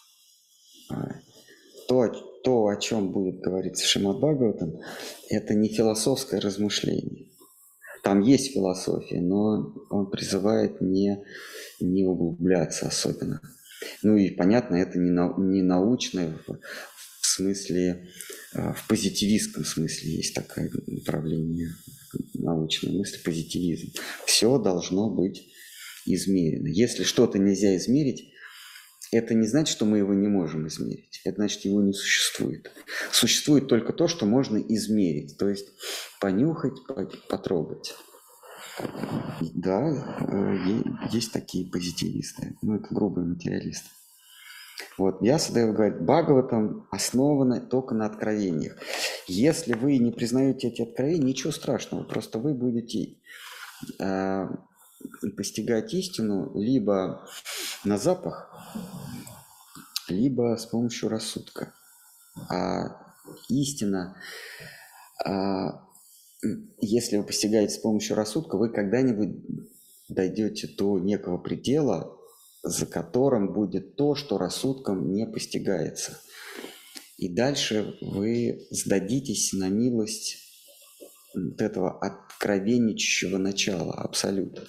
То, о чем будет говориться в Шримад Бхагаватам, это не философское размышление. Там есть философия, но он призывает не углубляться особенно. Ну и понятно, это не научное в смысле, в позитивистском смысле есть такое направление научной мысли, позитивизм. Все должно быть измерено. Если что-то нельзя измерить, это не значит, что мы его не можем измерить. Это значит, его не существует. Существует только то, что можно измерить. То есть понюхать, потрогать. Да, есть такие позитивисты. Но это грубые материалисты. Вот, Вьясадева говорит, Бхагаватам основано только на откровениях. Если вы не признаете эти откровения, ничего страшного. Просто вы будете постигать истину либо на запах, либо с помощью рассудка. Истина, если вы постигаете с помощью рассудка, вы когда-нибудь дойдете до некого предела, за которым будет то, что рассудком не постигается. И дальше вы сдадитесь на милость вот этого откровенничающего начала, абсолюта.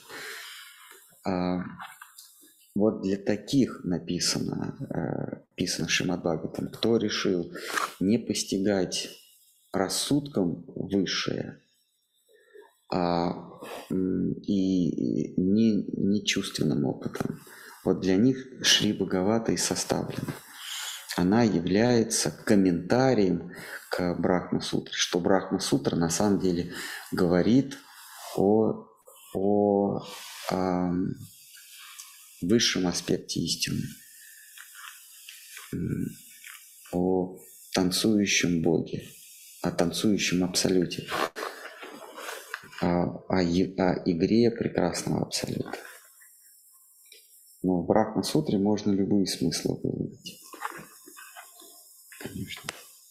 Вот для таких написано Шримад Бхагаватам. Кто решил не постигать рассудком высшее, и не чувственным опытом. Вот для них Шри Бхагавата и составлена. Она является комментарием к Брахма-сутре, что Брахма-сутра на самом деле говорит о высшем аспекте истины, о танцующем Боге, о танцующем Абсолюте. о игре прекрасного абсолюта. Но в Брахма-сутре можно любые смыслы выводить. Конечно.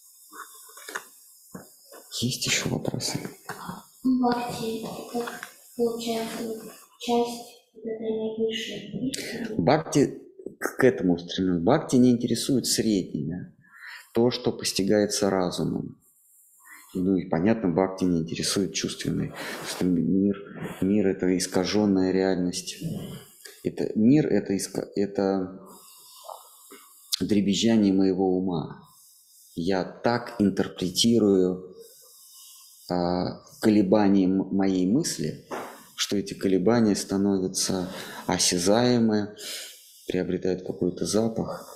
Есть еще вопросы? Бхакти, это получается часть вот этой наивысшей. Бхакти к этому устремлен. Бхакти не интересует средними. То, что постигается разумом. Ну и понятно, бхакти не интересует чувственной. Потому что мир – это искаженная реальность. Мир – это дребезжание моего ума. Я так интерпретирую колебания моей мысли, что эти колебания становятся осязаемы, приобретают какой-то запах.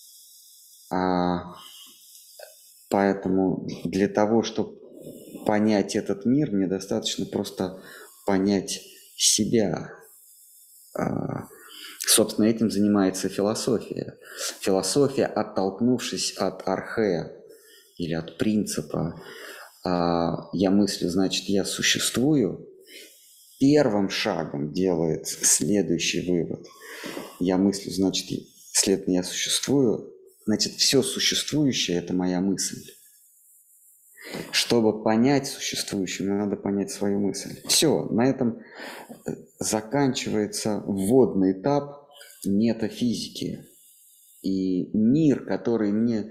Поэтому для того, чтобы понять этот мир, мне достаточно просто понять себя. Собственно, этим занимается философия. Философия, оттолкнувшись от архе или от принципа «я мыслю, значит, я существую», первым шагом делает следующий вывод. «Я мыслю, значит, следовательно, я существую». Значит, все существующее – это моя мысль. Чтобы понять существующее, мне надо понять свою мысль. Все, на этом заканчивается вводный этап метафизики. И мир, который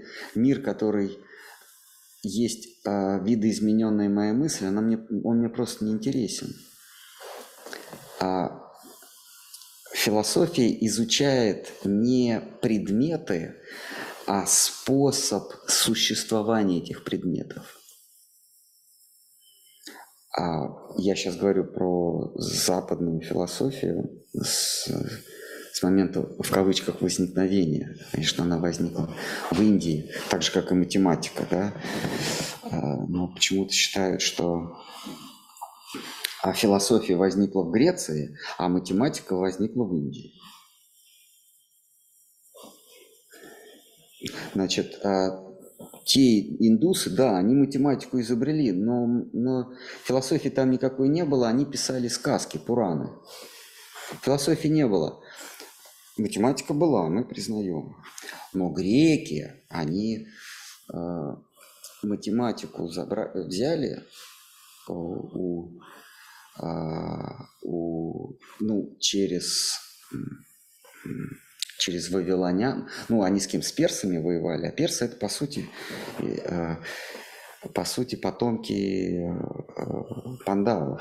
есть видоизмененная моя мысль, он мне просто не интересен. Философия изучает не предметы, а способ существования этих предметов. Я сейчас говорю про западную философию с момента, в кавычках, возникновения. Конечно, она возникла в Индии, так же, как и математика, да? Но почему-то считают, что философия возникла в Греции, а математика возникла в Индии. Значит, те индусы, да, они математику изобрели, но философии там никакой не было, они писали сказки, пураны. Философии не было. Математика была, мы признаем. Но греки, они математику взяли через вавилонян. Они с кем? С персами воевали. А персы – это, по сути, потомки пандавов.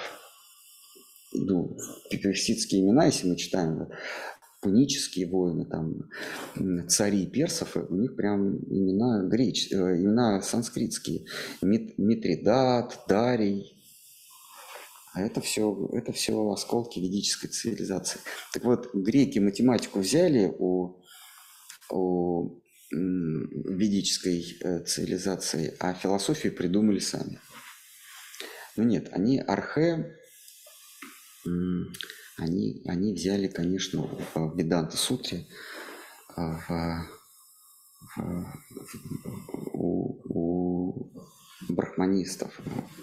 Персидские имена, если мы читаем, пунические воины, там, цари персов, у них прям имена санскритские. Митридат, Дарий. А это все осколки ведической цивилизации. Так вот, греки математику взяли у ведической цивилизации, а философию придумали сами. Но нет, они архе, они взяли, конечно, в Веданта-сутре, у брахманистов.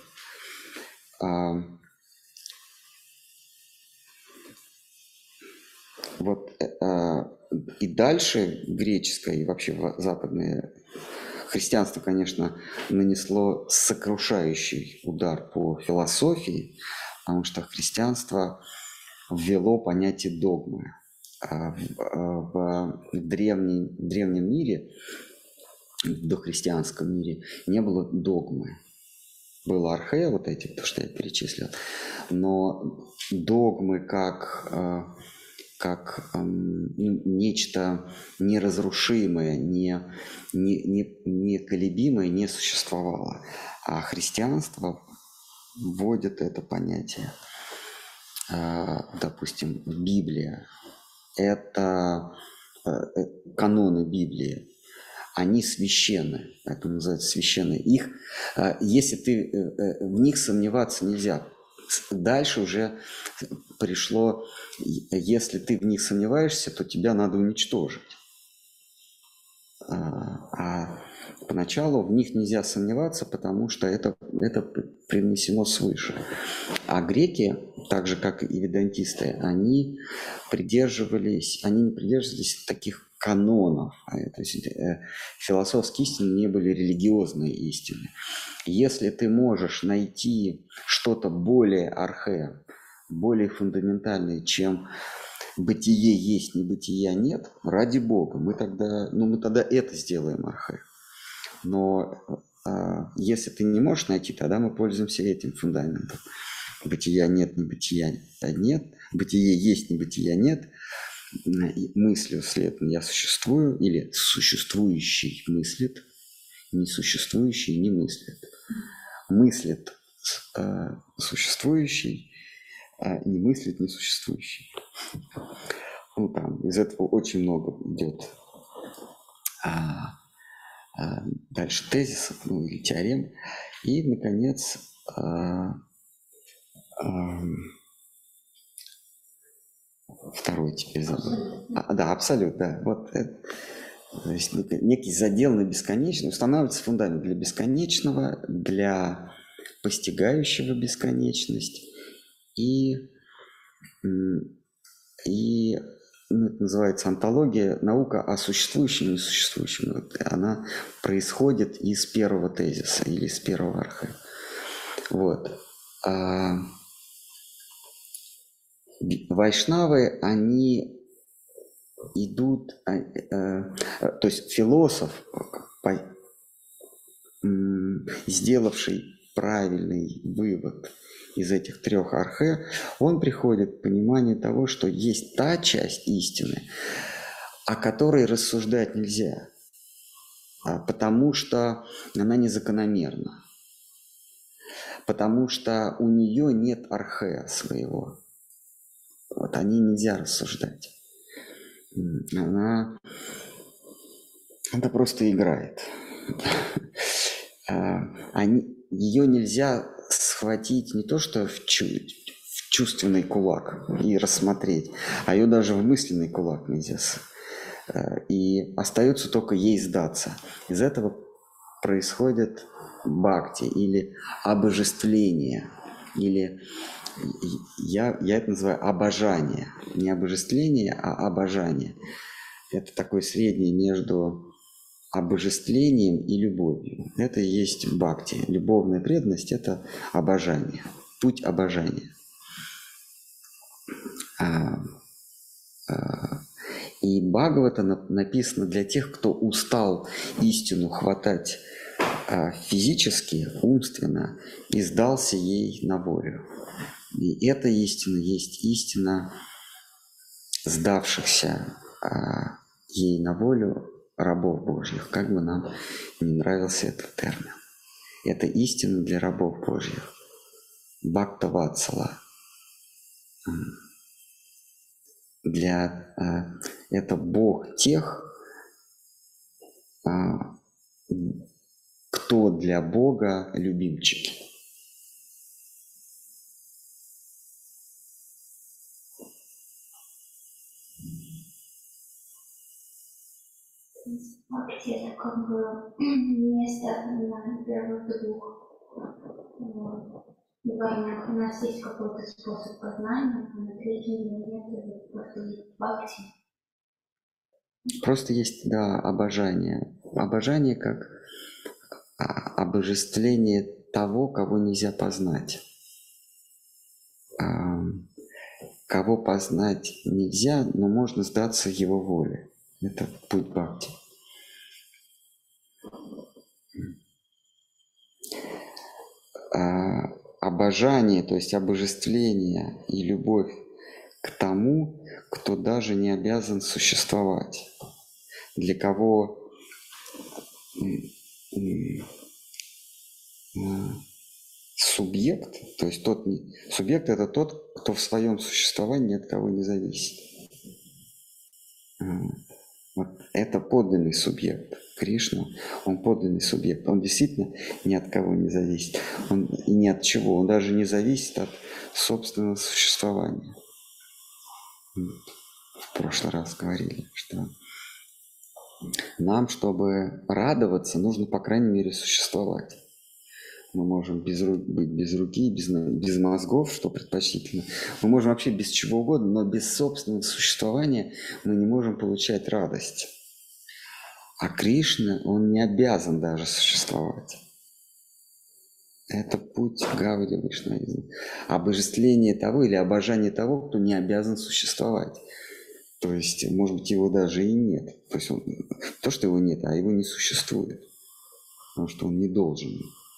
И дальше греческое и вообще западное христианство, конечно, нанесло сокрушающий удар по философии, потому что христианство ввело понятие догмы. В древнем мире, в дохристианском мире, не было догмы. Было архе, вот эти, то, что я перечислил, но догмы как нечто неразрушимое, неколебимое не существовало. А христианство вводит это понятие. Допустим, Библия. Это каноны Библии. Они священны. Это называется священные. Если ты в них сомневаться нельзя. Дальше уже пришло, если ты в них сомневаешься, то тебя надо уничтожить. Поначалу в них нельзя сомневаться, потому что это привнесено свыше. А греки, так же как и ведантисты, они не придерживались таких канонов. То есть философские истины не были религиозные истины. Если ты можешь найти что-то более архе, более фундаментальное, чем бытие есть, небытия нет, ради Бога, мы тогда это сделаем архе. Но если ты не можешь найти, тогда мы пользуемся этим фундаментом. Бытия нет, небытия нет, бытие есть, небытия нет, мыслью следовательно я существую, или существующий мыслит, несуществующий не мыслит. Мыслит существующий, а не мыслит несуществующий. Там из этого очень много идет дальше тезисов, или теорем. И, наконец, второй теперь забыл. Да, абсолют, да. Вот это, то есть некий задел на бесконечность. Устанавливается фундамент для бесконечного, для постигающего бесконечность. И это называется онтология, наука о существующем и несуществующем. Вот она происходит из первого тезиса или из первого архе. Вот. Вайшнавы, они идут, то есть философ, сделавший правильный вывод из этих трех архе, он приходит к пониманию того, что есть та часть истины, о которой рассуждать нельзя, потому что она незакономерна, потому что у нее нет архе своего. Вот о ней нельзя рассуждать. Она просто играет. Ее нельзя схватить не то что в чувственный кулак и рассмотреть, а ее даже в мысленный кулак нельзя. И остается только ей сдаться. Из этого происходит бхакти или обожествление, или я это называю обожание. Не обожествление, а обожание. Это такое среднее между обожествлением и любовью. Это и есть бхакти. Любовная преданность – это обожание, путь обожания. И Бхагавата написано для тех, кто устал истину хватать физически, умственно, и сдался ей на волю. И эта истина есть истина сдавшихся ей на волю рабов Божьих, как бы нам не нравился этот термин. Это истина для рабов Божьих. Бхакта Ватсала. Это Бог тех, кто для Бога любимчики. Бхакти — это как бы место на первых двух. Буквально у нас есть какой-то способ познания, а на третьем нет, просто есть бхакти. Просто есть, да, обожание. Обожание как обожествление того, кого нельзя познать. Кого познать нельзя, но можно сдаться его воле. Это путь бхакти. Обожание, то есть обожествление и любовь к тому, кто даже не обязан существовать, для кого субъект, то есть субъект – это тот, кто в своем существовании ни от кого не зависит. Вот это подлинный субъект. Кришна, он подлинный субъект. Он действительно ни от кого не зависит. Он и ни от чего. Он даже не зависит от собственного существования. В прошлый раз говорили, что Нам, чтобы радоваться, нужно, по крайней мере, существовать. Мы можем быть без руки, без мозгов, что предпочтительно. Мы можем вообще без чего угодно, но без собственного существования мы не можем получать радость. А Кришна, он не обязан даже существовать. Это путь Гауди Вайшнавизма. Обожествление того или обожание того, кто не обязан существовать. То есть, может быть, его даже и нет. То есть, то, что его нет, а его не существует. Потому что он не должен.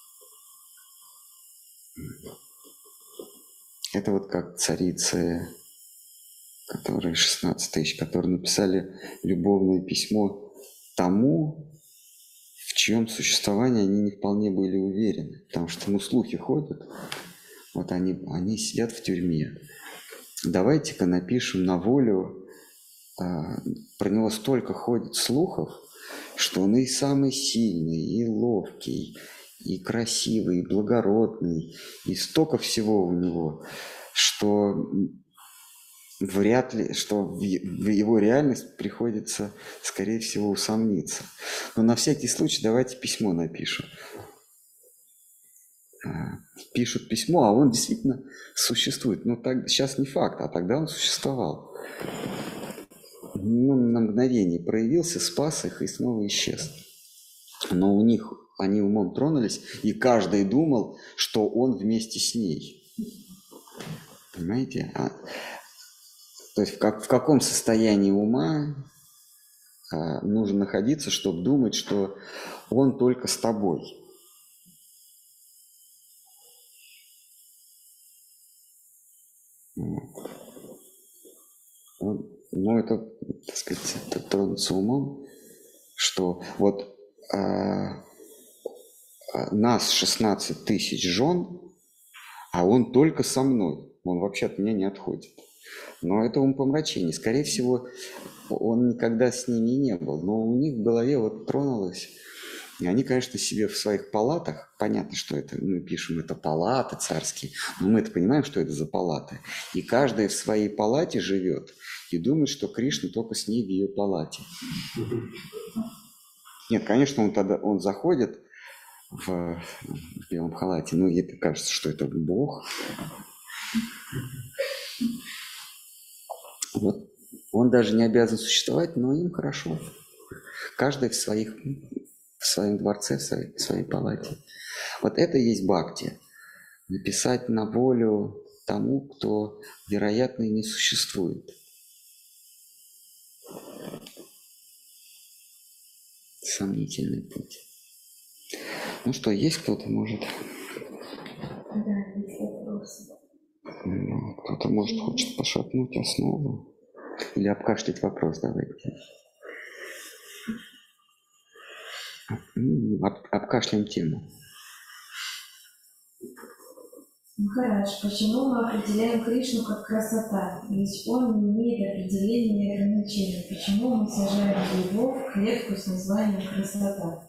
Это вот как царицы, которые 16 тысяч, которые написали любовное письмо тому, в чьем существовании они не вполне были уверены. Потому что слухи ходят. Вот они сидят в тюрьме. Давайте-ка напишем на волю. Про него столько ходит слухов, что он и самый сильный, и ловкий, и красивый, и благородный, и столько всего у него, что вряд ли, что в его реальность приходится, скорее всего, усомниться. Но на всякий случай давайте письмо напишем. Пишут письмо, а он действительно существует. Так, сейчас не факт, а тогда он существовал. На мгновение проявился, спас их и снова исчез. Но они умом тронулись, и каждый думал, что он вместе с ней. Понимаете? То есть в каком состоянии ума нужно находиться, чтобы думать, что он только с тобой. Это, так сказать, тронуться умом, что вот нас 16 тысяч жен, а он только со мной. Он вообще от меня не отходит. Но это умопомрачение. Скорее всего, он никогда с ними не был. Но у них в голове вот тронулось. И они, конечно, себе в своих палатах, понятно, что это, мы пишем, это палаты царские, но мы-то понимаем, что это за палаты. И каждая в своей палате живет и думает, что Кришна только с ней в ее палате. Нет, конечно, он заходит в белом халате, но это кажется, что это Бог. Вот. Он даже не обязан существовать, но им хорошо. Каждый в своем дворце, в своей палате. Вот это и есть бхакти. Написать на волю тому, кто, вероятно, и не существует. Сомнительный путь. Ну что, есть кто-то, может? Да, есть вопросы. Кто-то, может, хочет пошатнуть основу. Или обкашлять вопрос, давайте. Обкашляем тему. Махарадж, почему мы определяем Кришну как красота? Ведь он не имеет определения и ограничений. Почему мы сажаем его в клетку с названием красота?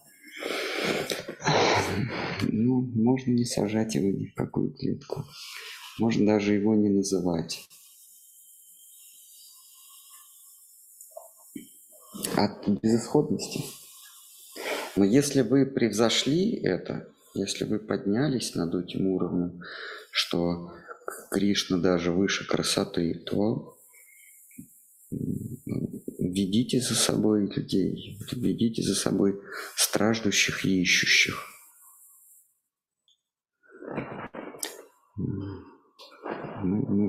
Можно не сажать его ни в какую клетку. Можно даже его не называть. От безысходности. Но если вы превзошли это, если вы поднялись над этим уровнем, что Кришна даже выше красоты, то ведите за собой людей, ведите за собой страждущих и ищущих. Мы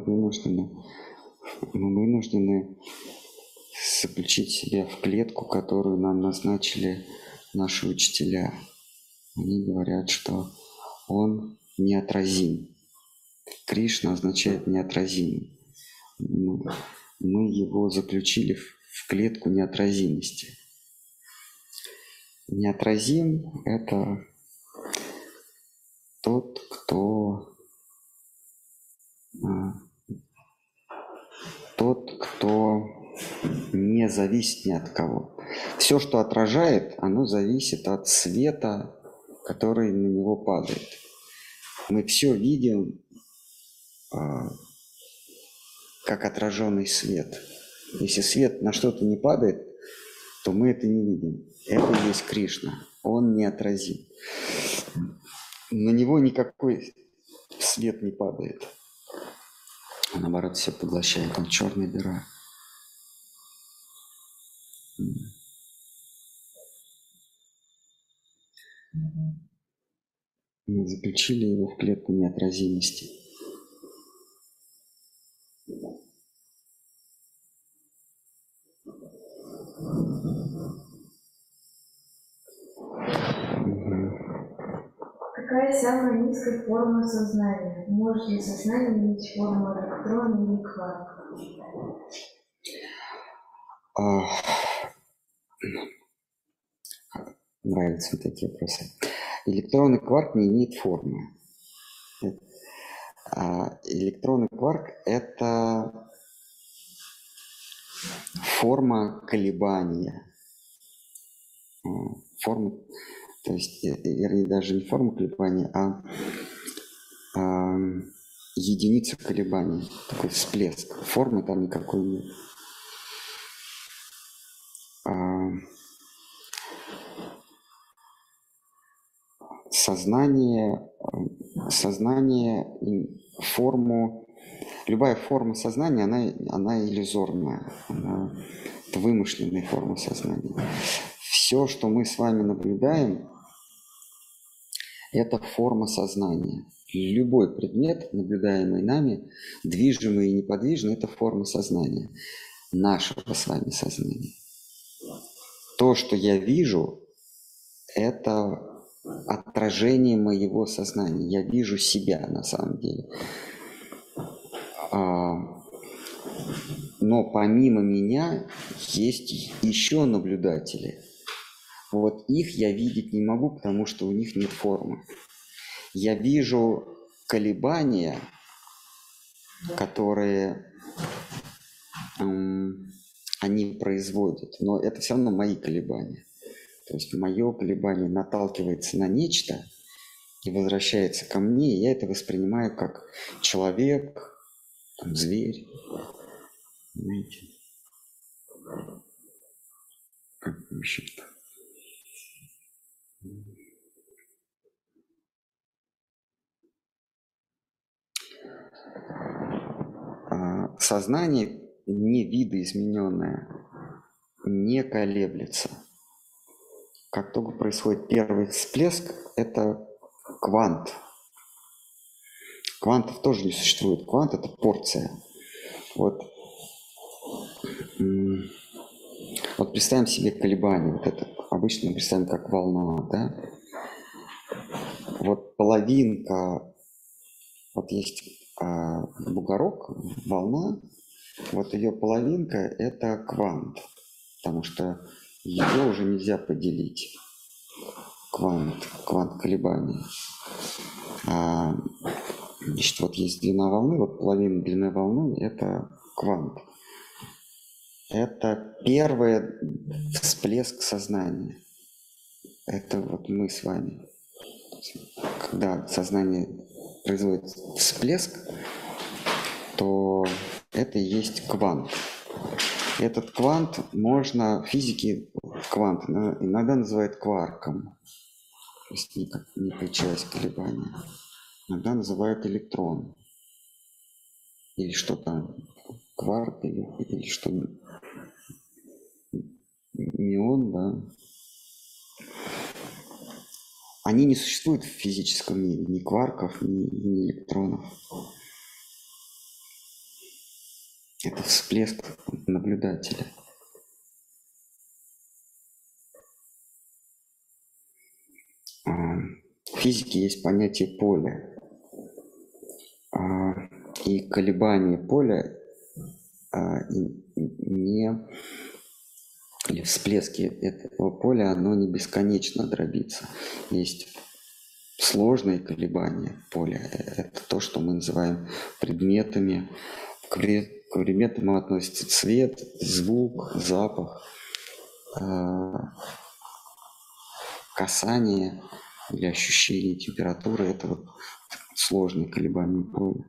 вынуждены заключить себя в клетку, которую нам назначили наши учителя. Они говорят, что он неотразим. Кришна означает неотразимый. Мы его заключили в клетку неотразимости. Неотразим – это тот, кто не зависит ни от кого. Все, что отражает, оно зависит от света, который на него падает. Мы все видим как отраженный свет. Если свет на что-то не падает, то мы это не видим. Это и есть Кришна. Он неотразим. На него никакой свет не падает. А наоборот, все поглощает. Он черная дыра. Мы заключили его в клетку неотразимости. Какая самая низкая форма сознания? Может ли сознание иметь форму электрона или кварка? Нравятся вот такие вопросы. Электронный кварк не имеет формы. Электронный кварк – это форма колебания. Форма, то есть, вернее, даже не форма колебания, а единица колебаний, такой всплеск. Формы там никакой нет. Сознание, форму, любая форма сознания, она иллюзорная, это вымышленная форма сознания. Все, что мы с вами наблюдаем, это форма сознания. Любой предмет, наблюдаемый нами, движимый и неподвижный, это форма сознания, нашего с вами сознания. То, что я вижу, это отражение моего сознания. Я вижу себя на самом деле. Но помимо меня есть еще наблюдатели. Вот их я видеть не могу, потому что у них нет формы. Я вижу колебания, которые они производят, но это все равно мои колебания. То есть мое колебание наталкивается на нечто и возвращается ко мне, и я это воспринимаю как человек, там, зверь. Понимаете? Как вообще-то. Сознание не видоизмененное, не колеблется. Как только происходит первый всплеск, это квант. Квантов тоже не существует. Квант – это порция. Вот представим себе колебания. Вот это обычно мы представим как волна, да? Вот половинка, вот есть бугорок, волна, вот ее половинка – это квант, потому что ее уже нельзя поделить. Квант колебаний. Значит, вот есть длина волны, вот половина длины волны – это квант. Это первый всплеск сознания. Это вот мы с вами. Когда сознание производит всплеск, то это и есть квант. Этот квант можно, физики квант иногда называют кварком, то есть некая часть колебания. Иногда называют электрон. Или что там, кварк, или что, неон, да. Они не существуют в физическом мире, ни кварков, ни электронов. Это всплеск наблюдателя. В физике есть понятие поля. И колебание поля или всплески этого поля, оно не бесконечно дробится. Есть сложные колебания поля. Это то, что мы называем предметами. К предметам относятся цвет, звук, запах, касание или ощущение температуры. Это вот сложные колебания поля.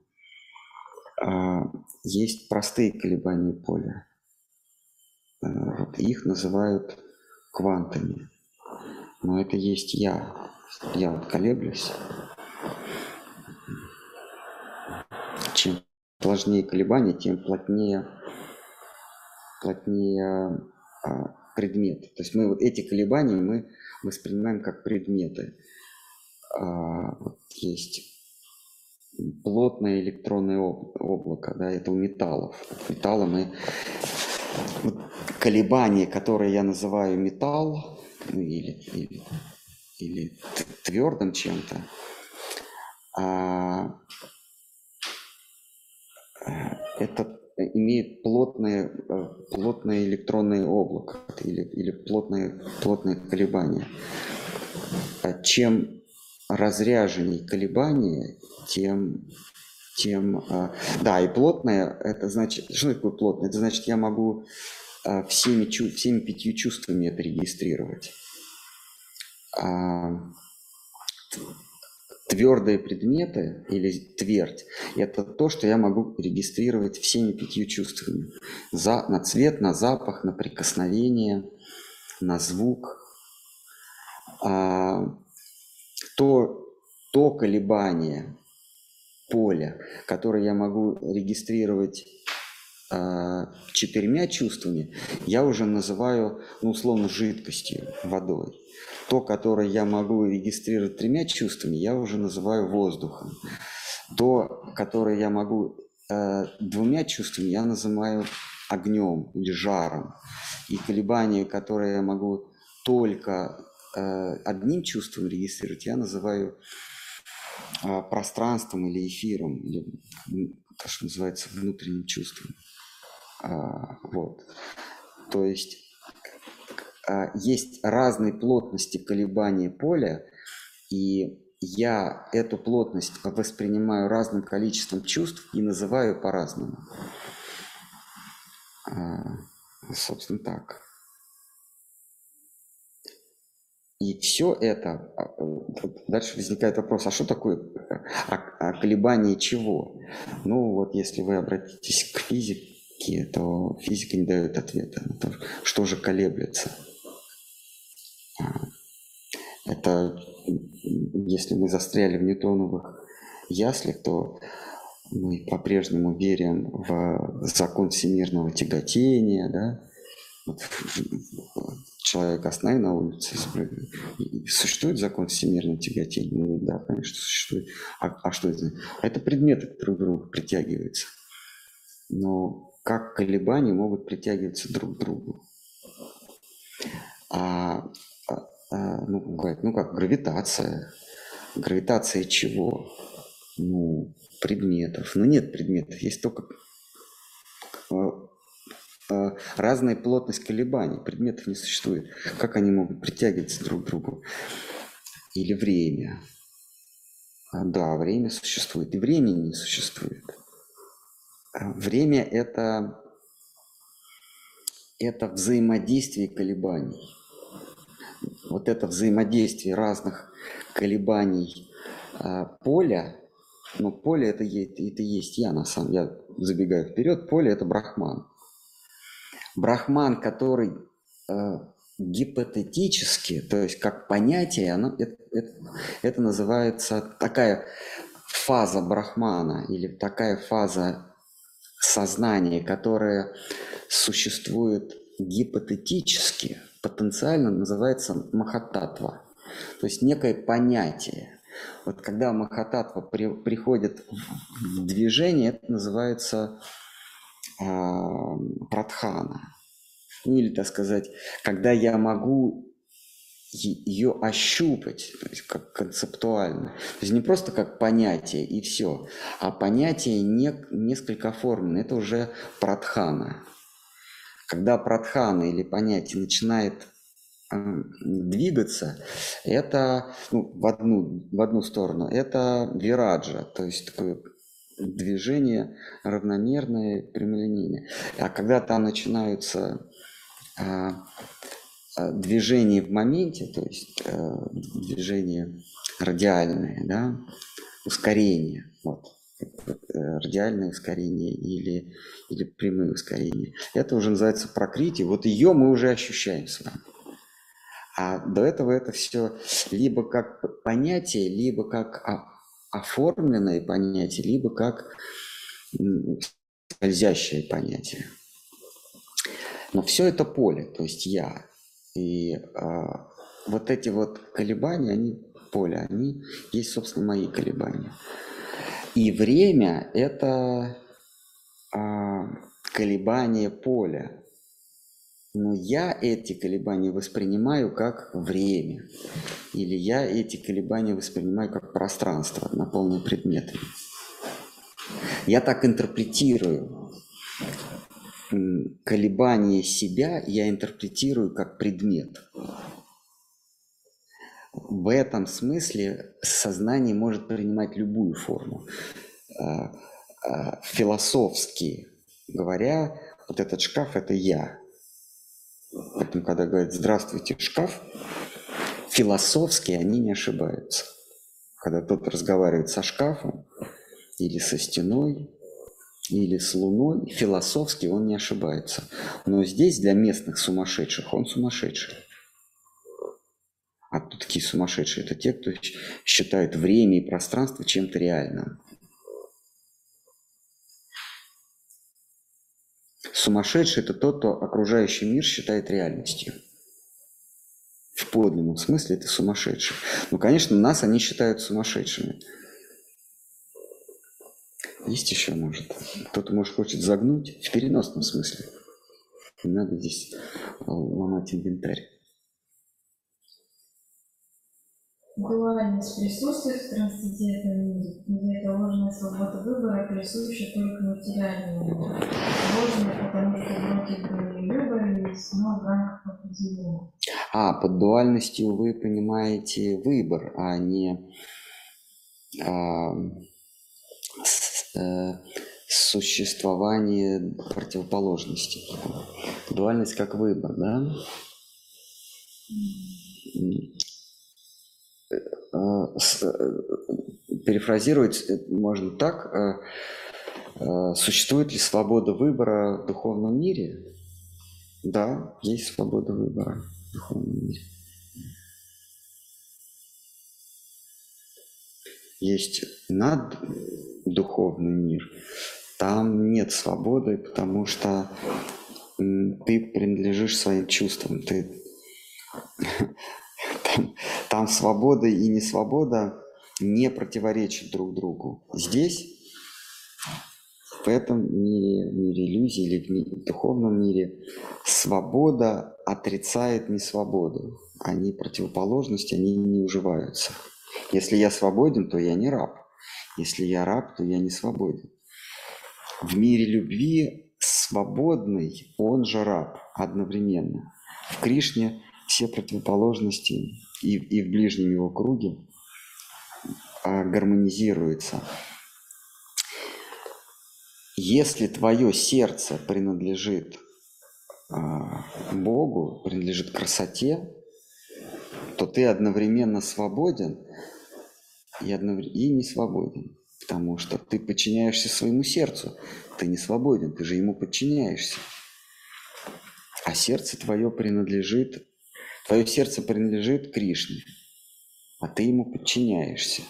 Есть простые колебания поля. Вот их называют квантами. Но это есть я. Я вот колеблюсь. Чем сложнее колебания, тем плотнее предмет. То есть мы вот эти колебания мы воспринимаем как предметы. Вот есть плотное электронное облако, да, это у металлов. Металла мы вот колебания, которые я называю металл, ну, или твердым чем-то, это имеет плотное электронное облако или плотное колебание. Чем разряженнее колебания, тем да, и плотное, это значит, что такое плотное? Это значит, я могу всеми 5 чувствами это регистрировать. Твердые предметы или твердь – это то, что я могу регистрировать всеми 5 чувствами. На цвет, на запах, на прикосновение, на звук. То колебание поля, которое я могу регистрировать 4 чувствами, я уже называю, ну, условно, жидкостью, водой. То, которое я могу регистрировать 3 чувствами, я уже называю воздухом. То, которое я могу 2 чувствами, я называю огнем или жаром. И колебания, которые я могу только 1 чувством регистрировать, я называю пространством или эфиром, или, то, что называется, внутренним чувством. Вот. То есть есть разные плотности колебания поля, и я эту плотность воспринимаю разным количеством чувств и называю по-разному. Собственно, так. И все это, дальше возникает вопрос, а что такое колебание чего? Ну вот если вы обратитесь к физике, то физика не дает ответа на то, что же колеблется. Это если мы застряли в ньютоновых яслях, то мы по-прежнему верим в закон всемирного тяготения, да? Человек останови на улице, существует закон всемирного тяготения? Ну да, конечно, существует. А что это? Это предметы друг к другу притягиваются. Но как колебания могут притягиваться друг к другу? Ну как гравитация. Гравитация чего? Ну, предметов. Но нет предметов, есть только разная плотность колебаний. Предметов не существует. Как они могут притягиваться друг к другу? Или время? Да, время существует. И времени не существует. Время – это взаимодействие колебаний. Вот это взаимодействие разных колебаний поля, но поле это есть я, я забегаю вперед, поле это Брахман. Брахман, который гипотетически, то есть как понятие, это называется такая фаза Брахмана или такая фаза сознания, которая существует гипотетически, потенциально называется махататва, то есть некое понятие. Вот когда махататва приходит в движение, это называется прадхана. Ну или, так сказать, когда я могу ее ощупать, то есть как концептуально. То есть не просто как понятие и все, а понятие несколько оформлено. Это уже прадхана. Когда прадхана или понятие начинает двигаться, это в одну сторону, это вираджа, то есть такое движение равномерное, прямолинейное. А когда там начинаются движения в моменте, то есть движение радиальное, да, ускорение, вот, радиальное ускорение или прямые ускорения. Это уже называется пракрити. Вот ее мы уже ощущаем с вами. А до этого это все либо как понятие, либо как оформленное понятие, либо как скользящее понятие. Но все это поле, то есть я. И вот эти вот колебания, они поле, они есть, собственно, мои колебания. И время – это колебания поля. Но я эти колебания воспринимаю как время. Или я эти колебания воспринимаю как пространство, наполненное предметами. Я так интерпретирую. Колебание себя я интерпретирую как предмет. В этом смысле сознание может принимать любую форму. Философски говоря, вот этот шкаф – это я. Поэтому, когда говорят «здравствуйте, шкаф», философски они не ошибаются. Когда кто-то разговаривает со шкафом или со стеной, или с луной, философски он не ошибается. Но здесь для местных сумасшедших он сумасшедший. А тут такие сумасшедшие – это те, кто считает время и пространство чем-то реальным. Сумасшедший – это тот, кто окружающий мир считает реальностью. В подлинном смысле это сумасшедший. Ну, конечно, нас они считают сумасшедшими. Есть еще, может. Кто-то, может, хочет загнуть в переносном смысле. Не надо здесь ломать инвентарь. Дуальность присутствует в трансцендентном мире, или это ложная свобода выбора, присуща только материальному миру. Ложная, потому что многие другие выборы есть, но в рамках определения. Под дуальностью вы понимаете выбор, а не существование противоположностей. Дуальность как выбор, да? Перефразировать можно так. Существует ли свобода выбора в духовном мире? Да, есть свобода выбора в духовном мире. Есть наддуховный мир. Там нет свободы, потому что ты принадлежишь своим чувствам. Там свобода и несвобода не противоречат друг другу. Здесь, в этом мире, в мире иллюзий или в духовном мире, свобода отрицает несвободу. Они противоположности, они не уживаются. Если я свободен, то я не раб. Если я раб, то я не свободен. В мире любви свободный, он же раб одновременно. В Кришне все противоположности и в ближнем его круге гармонизируются. Если твое сердце принадлежит Богу, принадлежит красоте, то ты одновременно свободен и не свободен. Потому что ты подчиняешься своему сердцу. Ты не свободен, ты же ему подчиняешься. А сердце твое сердце принадлежит Кришне, а ты ему подчиняешься.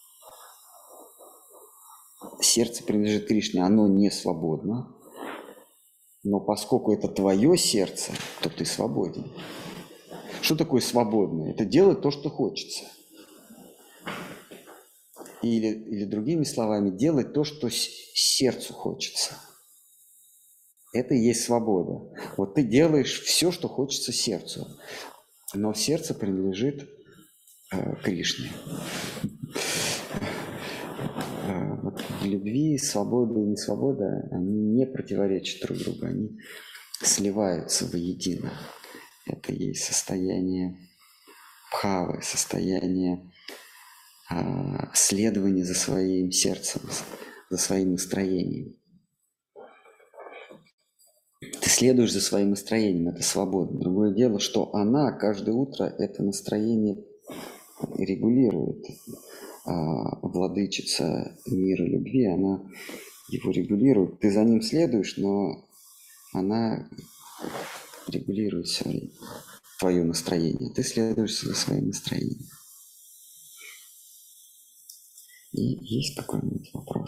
Сердце принадлежит Кришне, оно не свободно. Но поскольку это твое сердце, то ты свободен. Что такое свободное? Это делать то, что хочется. Или другими словами, делать то, что сердцу хочется. Это и есть свобода. Вот ты делаешь все, что хочется сердцу. Но сердце принадлежит Кришне. Вот в любви свобода и несвобода, они не противоречат друг другу, они сливаются воедино. Это и есть состояние бхавы, состояние следования за своим сердцем, за своим настроением. Ты следуешь за своим настроением, это свобода. Другое дело, что она каждое утро это настроение регулирует. Владычица мира любви, она его регулирует. Ты за ним следуешь, но она регулирует все время свое настроение, ты следуешь за своим настроением. И есть какой-нибудь вопрос?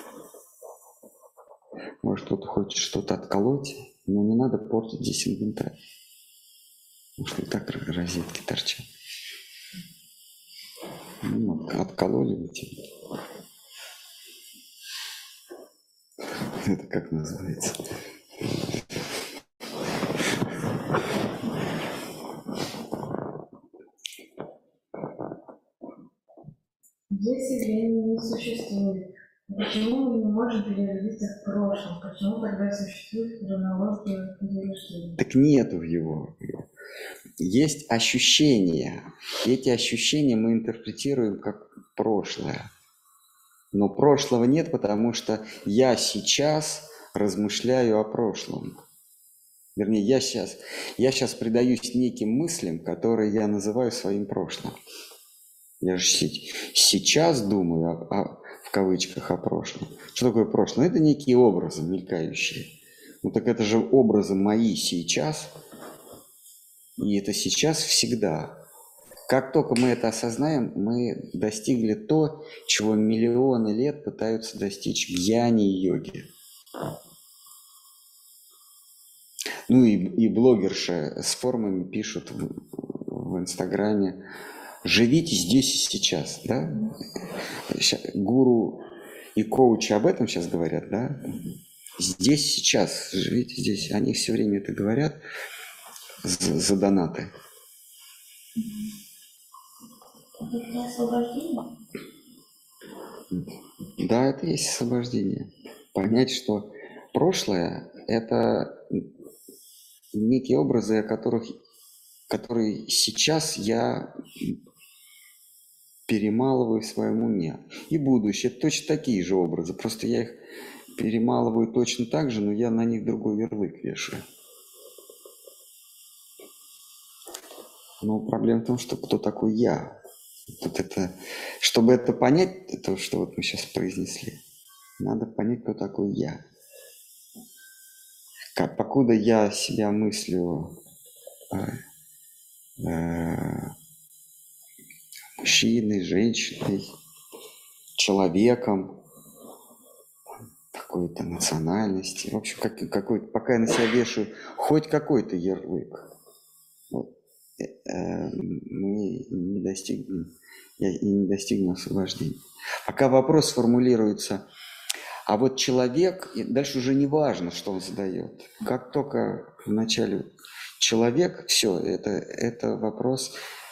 Может, кто-то хочет что-то отколоть, но не надо портить здесь инвентарь. Потому что и так розетки торчат. Ну, откололи вы тебе. Это как называется? Если времени не существует, почему мы не можем переродиться в прошлом? Почему тогда существует хронология перерождения? Так нету его. Есть ощущения. Эти ощущения мы интерпретируем как прошлое. Но прошлого нет, потому что я сейчас размышляю о прошлом. Вернее, я сейчас предаюсь неким мыслям, которые я называю своим прошлым. Я же сейчас думаю в кавычках о прошлом. Что такое прошлое? Это некие образы мелькающие. Ну так это же образы мои сейчас. И это сейчас всегда. Как только мы это осознаем, мы достигли то, чего миллионы лет пытаются достичь гьяни и йоги. Ну и блогерши с формами пишут в Инстаграме: живите здесь и сейчас, да? Гуру и коучи об этом сейчас говорят, да? Здесь, сейчас, живите здесь. Они все время это говорят за донаты. Это освобождение? Да, это и есть освобождение. Понять, что прошлое – это некие образы, которые сейчас я перемалываю в своем уме. И будущее – это точно такие же образы, просто я их перемалываю точно так же, но я на них другой ярлык вешаю. Но проблема в том, что кто такой я? Тут чтобы это понять, то, что вот мы сейчас произнесли, надо понять, кто такой я. Покуда я себя мыслю мужчиной, женщиной, человеком какой-то национальности, в общем, пока я на себя вешаю хоть какой-то ярлык, вот, мы не достигнем, я не достигну освобождения. Пока вопрос формулируется, а вот человек, дальше уже не важно, что он задает. Как только в начале человек, все, это вопрос,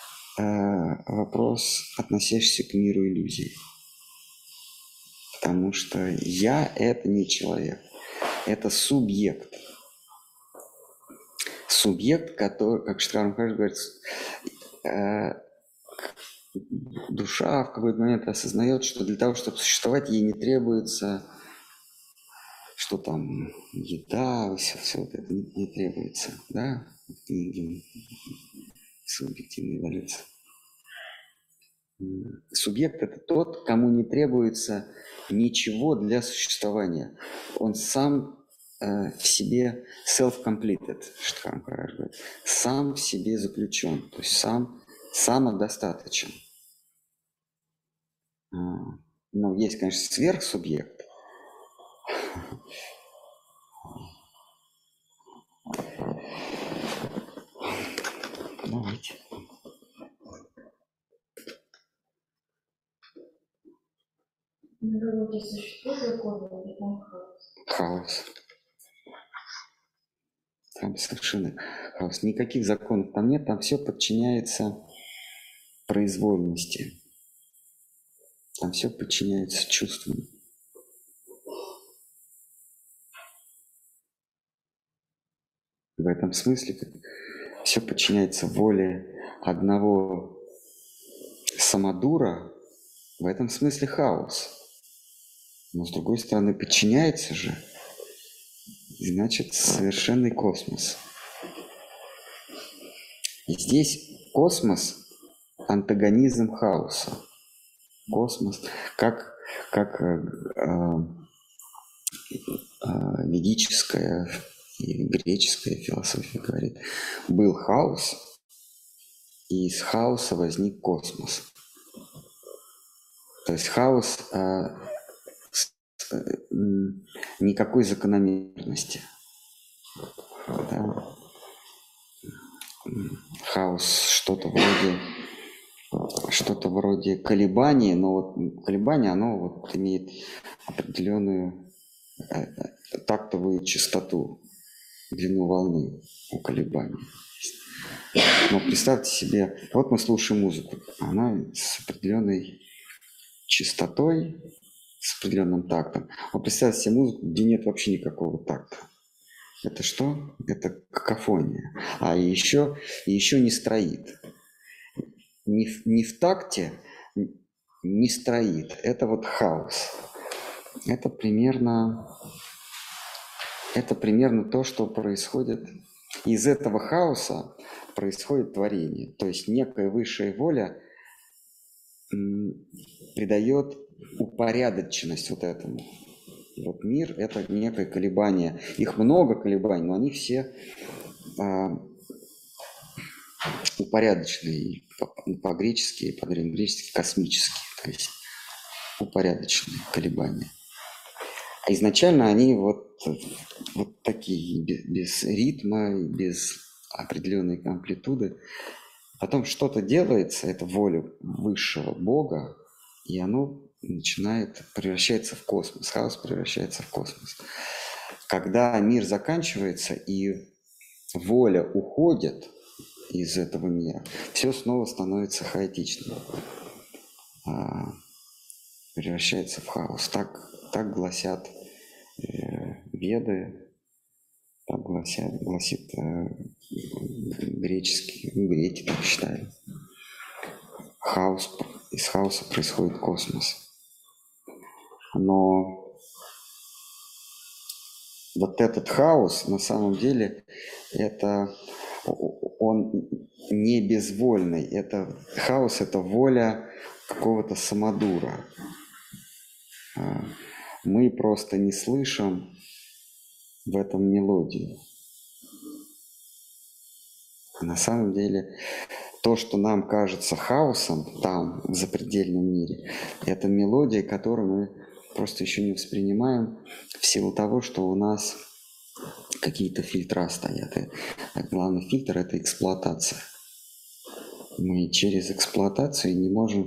относящийся к миру иллюзий. Потому что я – это не человек, это субъект. Субъект, который, как Штхар Махарадж говорит, душа в какой-то момент осознает, что для того, чтобы существовать, ей не требуется, что там еда, все вот это не требуется, да, в книге «Субъективная эволюция». Субъект – это тот, кому не требуется ничего для существования. Он сам в себе self-completed, Штхар Махарадж говорит, сам в себе заключен, то есть сам самодостаточен. Ну, есть, конечно, сверхсубъект. Давайте. На природе существует закон или там хаос? Хаос. Там совершенно хаос. Никаких законов там нет, там все подчиняется произвольности. Там все подчиняется чувствам. В этом смысле все подчиняется воле одного самодура, в этом смысле хаос. Но с другой стороны, подчиняется же, значит, совершенный космос. И здесь космос – антагонизм хаоса. Космос, как ведическая и греческая философия говорит, был хаос, и из хаоса возник космос. То есть хаос никакой закономерности. Да? Хаос что-то вроде колебаний, но вот колебание, оно вот имеет определенную тактовую частоту, длину волны у колебаний. Но представьте себе, вот мы слушаем музыку, она с определенной частотой, с определенным тактом. Но представьте себе музыку, где нет вообще никакого такта. Это что? Это какофония. А еще не строит. Не в такте не строит. Это вот хаос. Это примерно то, что происходит. Из этого хаоса происходит творение. То есть некая высшая воля придает упорядоченность вот этому. Вот мир – это некое колебание. Их много колебаний, но они все упорядоченные. По-гречески, по-древнегречески космические. То есть упорядоченные колебания. А изначально они вот такие, без ритма, без определенной амплитуды. Потом что-то делается, это воля высшего Бога, и оно превращается в космос, хаос превращается в космос. Когда мир заканчивается и воля уходит из этого мира, все снова становится хаотичным, превращается в хаос. Так гласят Веды, так гласит греки так считают. Из хаоса происходит космос. Но вот этот хаос, на самом деле, он не безвольный. Хаос – это воля какого-то самодура. Мы просто не слышим в этом мелодию. А на самом деле, то, что нам кажется хаосом там, в запредельном мире, это мелодия, которую мы просто еще не воспринимаем в силу того, что у нас какие-то фильтра стоят. И главный фильтр – это эксплуатация. Мы через эксплуатацию не можем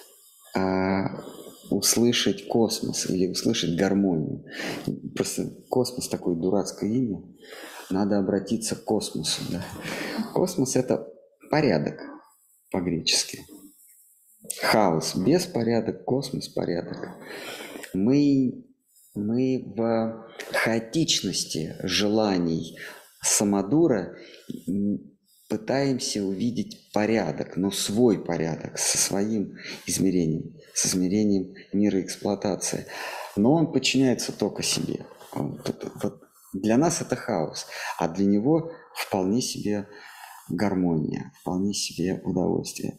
услышать космос или услышать гармонию. Просто космос – такое дурацкое имя. Надо обратиться к космосу. Да? Космос – это порядок по-гречески. Хаос – беспорядок, космос – порядок. Мы в хаотичности желаний самодура пытаемся увидеть порядок, но свой порядок, со своим измерением, с измерением мира эксплуатации. Но он подчиняется только себе. Для нас это хаос, а для него вполне себе гармония, вполне себе удовольствие.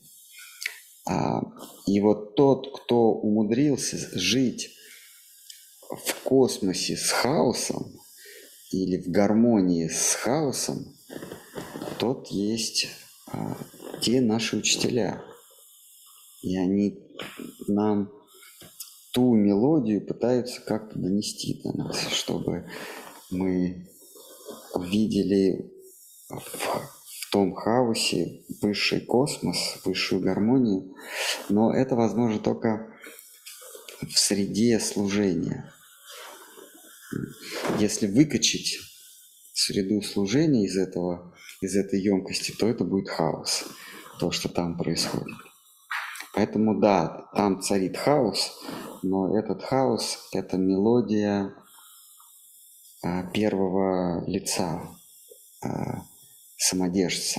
И вот тот, кто умудрился жить в космосе с хаосом или в гармонии с хаосом, тот есть те наши учителя. И они нам ту мелодию пытаются как-то донести до нас, чтобы мы видели в том хаосе высший космос, высшую гармонию. Но это возможно только в среде служения. Если выкачать среду служения из этой емкости, то это будет хаос, то, что там происходит. Поэтому да, там царит хаос, но этот хаос – это мелодия первого лица, самодержца.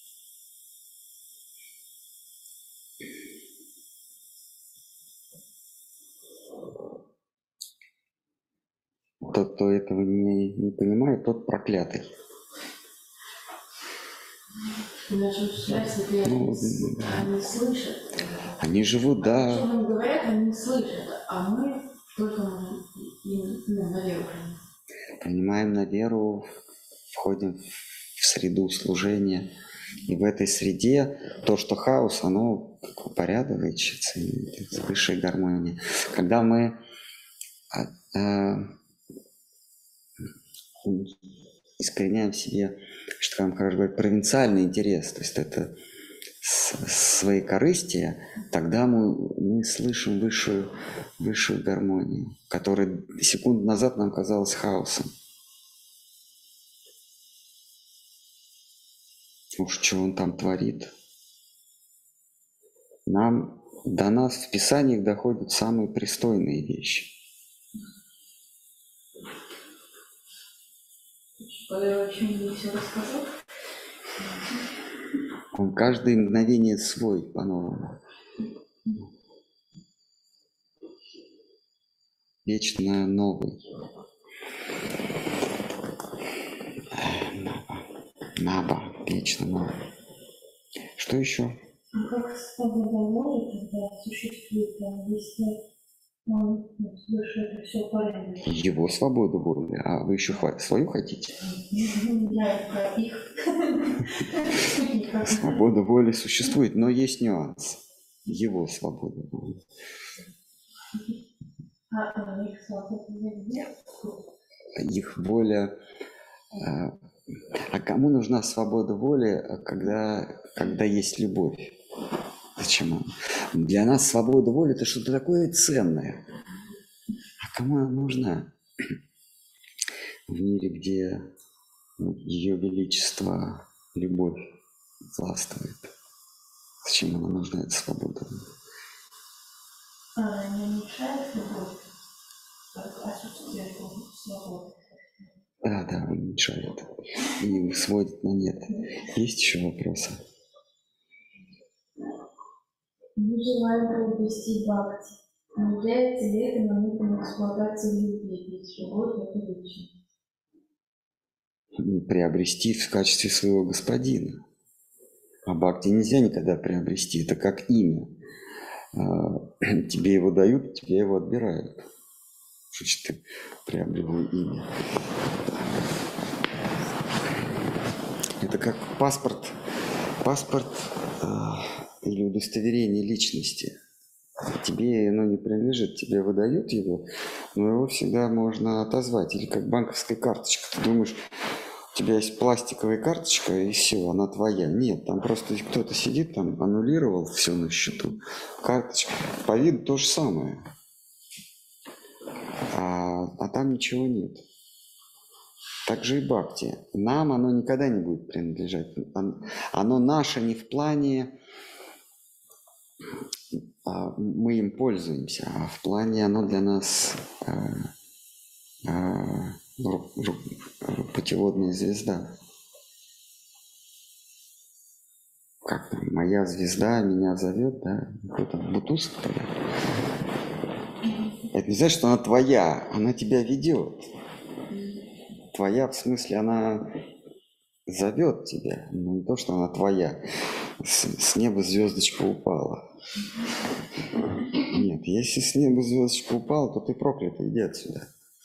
Тот, кто этого не понимает, тот проклятый. Наши учителя, они слышат. Они живут, да. Что нам говорят, они слышат, а мы только на веру. Принимаем на веру, входим в среду служения. И в этой среде то, что хаос, оно упорядочится, с высшей гармонией. Когда мы искореняем в себе, что там, хорошо говорить, провинциальный интерес, то есть это свои корыстия, тогда мы слышим высшую гармонию, которая секунду назад нам казалась хаосом. Уж что он там творит. До нас в Писаниях доходят самые пристойные вещи. Очень все рассказал. Он каждое мгновение свой по-новому. Вечно новый. Наба, вечно новый. Что еще? А как свобода воли тогда существует, если выше это все порядок? Его свобода воли. А вы еще свою хотите? Я про их. Свобода воли существует, но есть нюанс. Его свобода воли. А их свобода воли нет? Их воля... А кому нужна свобода воли, когда есть любовь? Зачем она? Для нас свобода воли – это что-то такое ценное. А кому она нужна? В мире, где Ее Величество, любовь властвует. Зачем она нужна, эта свобода? Она не мешает любовь, отсутствие свободы. Да, уменьшает. И сводит на нет. Есть еще вопросы? Мы желаем приобрести бхакти. Не является ли это моментом эксплуатации любви? Ведь любовь – это лично. Приобрести в качестве своего господина. А бхакти нельзя никогда приобрести. Это как имя. Тебе его дают, тебе его отбирают. Значит, ты приобрел имя. Это как паспорт или удостоверение личности. Тебе оно не принадлежит, тебе выдают его, но его всегда можно отозвать. Или как банковская карточка. Ты думаешь, у тебя есть пластиковая карточка, и все, она твоя. Нет, там просто кто-то сидит, там аннулировал все на счету. Карточка по виду то же самое. А там ничего нет. Так же и бхакти. Нам оно никогда не будет принадлежать. Оно наше не в плане мы им пользуемся, а в плане оно для нас путеводная звезда. Как там? Моя звезда меня зовет, да? Какой-то Бутусов. Это не значит, что она твоя, она тебя ведет. Твоя, в смысле, она зовет тебя, но не то, что она твоя. С неба звездочка упала. Нет, если с неба звездочка упала, то ты проклятый, иди отсюда.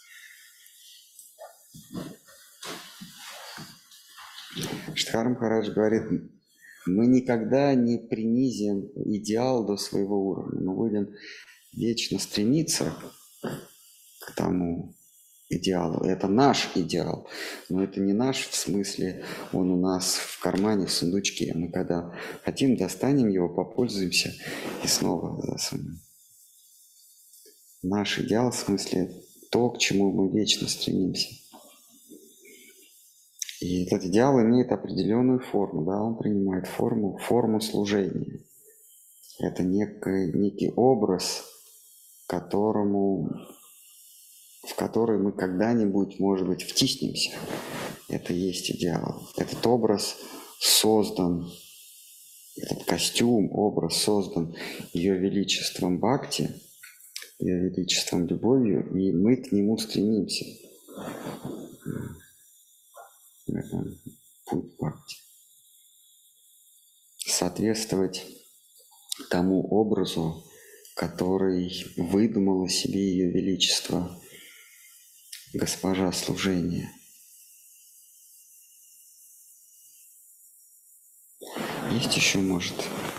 Штхар Махарадж говорит, мы никогда не принизим идеал до своего уровня. Мы будем вечно стремиться к тому идеалу. Это наш идеал, но это не наш в смысле, он у нас в кармане, в сундучке. Мы когда хотим, достанем его, попользуемся и снова засунем. Наш идеал в смысле то, к чему мы вечно стремимся. И этот идеал имеет определенную форму, да, он принимает форму служения. Это некий образ, в который мы когда-нибудь, может быть, втиснемся. Это и есть идеал. Этот образ создан, этот костюм, образ создан Ее Величеством Бхакти, Ее Величеством Любовью, и мы к нему стремимся. Это путь Бхакти. Соответствовать тому образу, который выдумала себе Ее Величество Госпожа служения. Есть еще, может?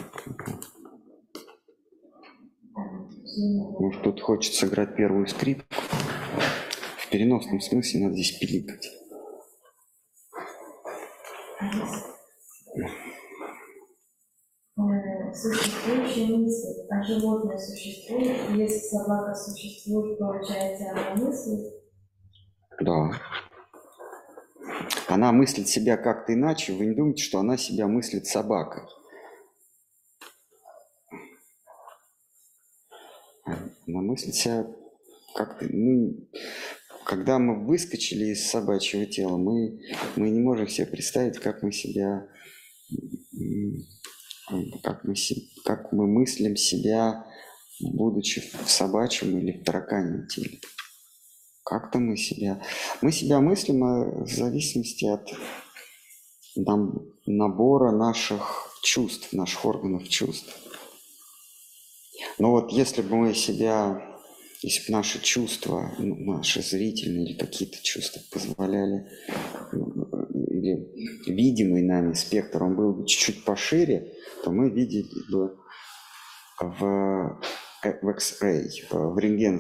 Может, тут хочет сыграть первую скрипку? В переносном смысле надо здесь пиликать. Существующие мысли, а животное существует, если собака существует, получается, она мыслит. Да. Она мыслит себя как-то иначе, вы не думаете, что она себя мыслит собакой. Она мыслит себя как-то... Когда мы выскочили из собачьего тела, мы не можем себе представить, как мы себя... Как мы мыслим себя, будучи в собачьем или в тараканьем теле. Как-то мы себя мыслим в зависимости от набора наших чувств, наших органов чувств. Но вот если бы наши чувства, наши зрительные или какие-то чувства позволяли, или видимый нами спектр, он был бы чуть-чуть пошире, то мы видели бы в X-ray, в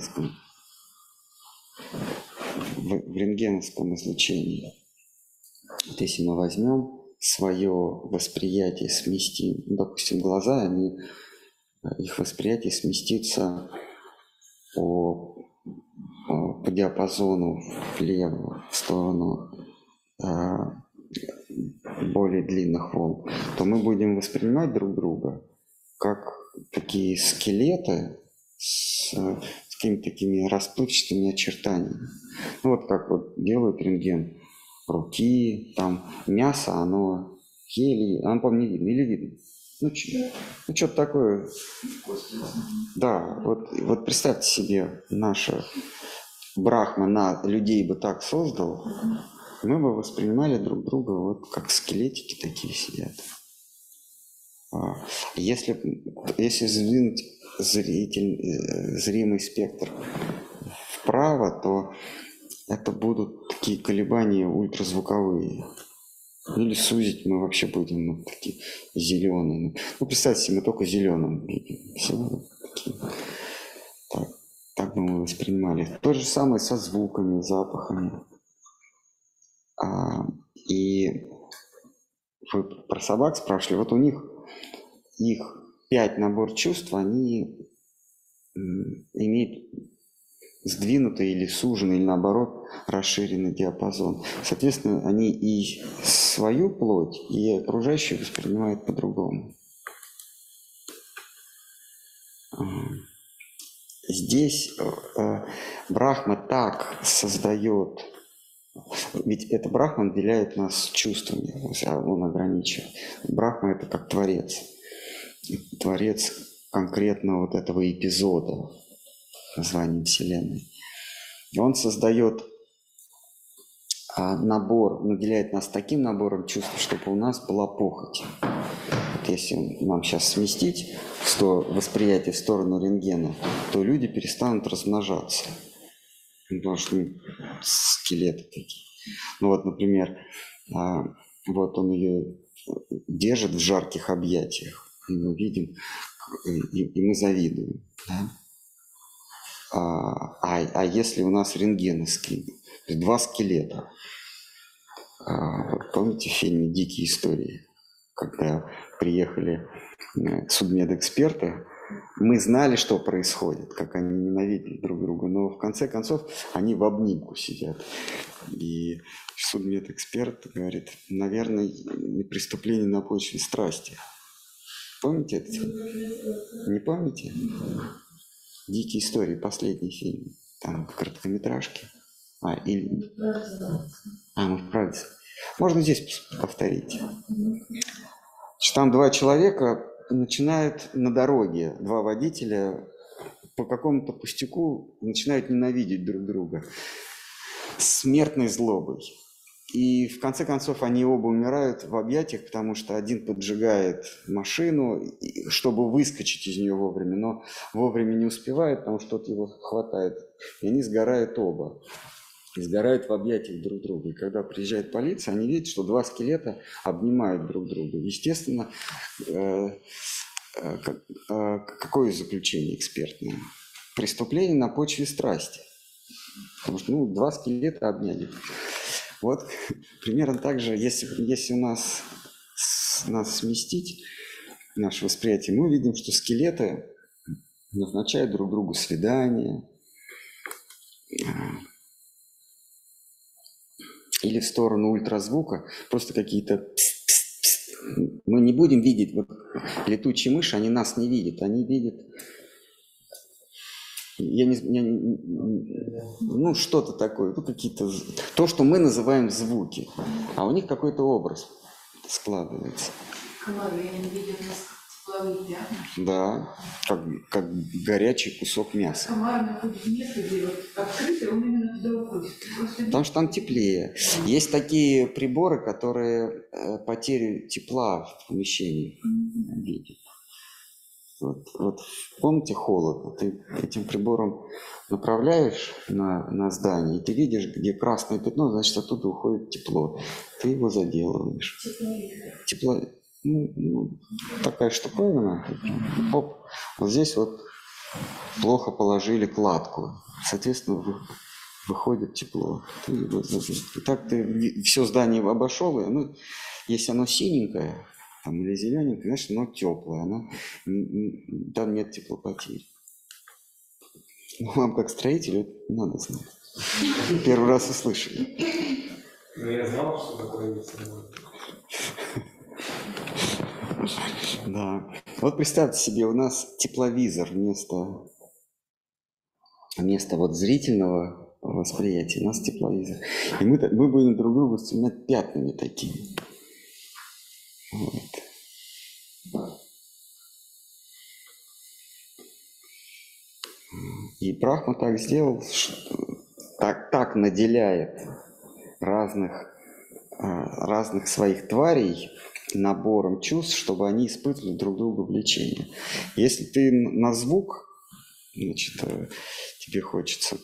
рентгеновском излучении. Вот если мы возьмем свое восприятие, сместим, допустим, глаза, их восприятие сместится по диапазону влево, в сторону более длинных волн, то мы будем воспринимать друг друга как такие скелеты с какими-то такими расплывчатыми очертаниями. Вот как вот делают рентген руки, там мясо, оно по-моему, не видно, или видно? Что-то такое. Да, вот представьте себе, наша Брахма людей бы так создал, мы бы воспринимали друг друга вот как скелетики такие сидят. Если сдвинуть зримый спектр вправо, то это будут такие колебания ультразвуковые. Или сузить мы вообще будем такие зеленые. Представьте себе, мы только зеленым видим. Все такие. Так бы мы воспринимали. То же самое со звуками, запахами. И вы про собак спрашивали. Вот у них их 5 набор чувств, они имеют сдвинутый или суженный, или наоборот расширенный диапазон. Соответственно, они и свою плоть, и окружающую воспринимают по-другому. Здесь Брахма так создает, ведь это Брахма наделяет нас чувствами, он ограничивает. Брахма это как творец. Творец конкретно вот этого эпизода, названием Вселенной. И он создает наделяет нас таким набором чувств, чтобы у нас была похоть. Вот если нам сейчас сместить восприятие в сторону рентгена, то люди перестанут размножаться. Потому что скелеты такие. Например, вот он ее держит в жарких объятиях. И мы видим, и мы завидуем. Да? А если у нас рентгеновский, 2 скелета. Помните в фильме «Дикие истории», когда приехали судмедэксперты, мы знали, что происходит, как они ненавидят друг друга, но в конце концов они в обнимку сидят. И судмедэксперт говорит, наверное, преступление на почве страсти. Помните это? Не помните? «Дикие истории», последний фильм, там короткометражки. Мы вправе. Можно здесь повторить. Там 2 человека начинают на дороге, 2 водителя по какому-то пустяку начинают ненавидеть друг друга смертной злобой. И в конце концов они оба умирают в объятиях, потому что один поджигает машину, чтобы выскочить из нее вовремя, но вовремя не успевает, потому что тот его хватает, и они сгорают оба. сгорают в объятиях друг друга. И когда приезжает полиция, они видят, что два скелета обнимают друг друга. Естественно, какое заключение экспертное? Преступление на почве страсти. Потому что два скелета обняли. Вот примерно так же, если у нас сместить наше восприятие, мы видим, что скелеты назначают друг другу свидания, или в сторону ультразвука, просто какие-то... Мы не будем видеть вот летучие мыши, они нас не видят, они видят... что-то такое, какие-то... То, что мы называем звуки, а у них какой-то образ складывается. Комары, они видят нас тепловые пятна. Да, как горячий кусок мяса. Комар находит место, где вот открытый, он именно туда уходит. Потому что там теплее. Есть такие приборы, которые потерю тепла в помещении видят. Вот в комнате холодно. Ты этим прибором направляешь на здание, и ты видишь, где красное пятно, значит, оттуда уходит тепло. Ты его заделываешь. Тепло. Такая штуковина. Оп. Вот здесь вот плохо положили кладку. Соответственно, выходит тепло. И так ты все здание обошел, и если оно синенькое или зелененькое, значит, оно теплое. Там нет теплопотери. Вам, как строителю, надо знать. Первый раз услышали. Я знал, что такое есть. Да. Вот представьте себе, у нас тепловизор вместо вот зрительного восприятия, у нас тепловизор. И мы будем друг друга вспоминать пятнами такими. Вот. И Брахма так сделал, что так наделяет разных своих тварей набором чувств, чтобы они испытывали друг другу влечение. Если ты на звук, значит, тебе хочется,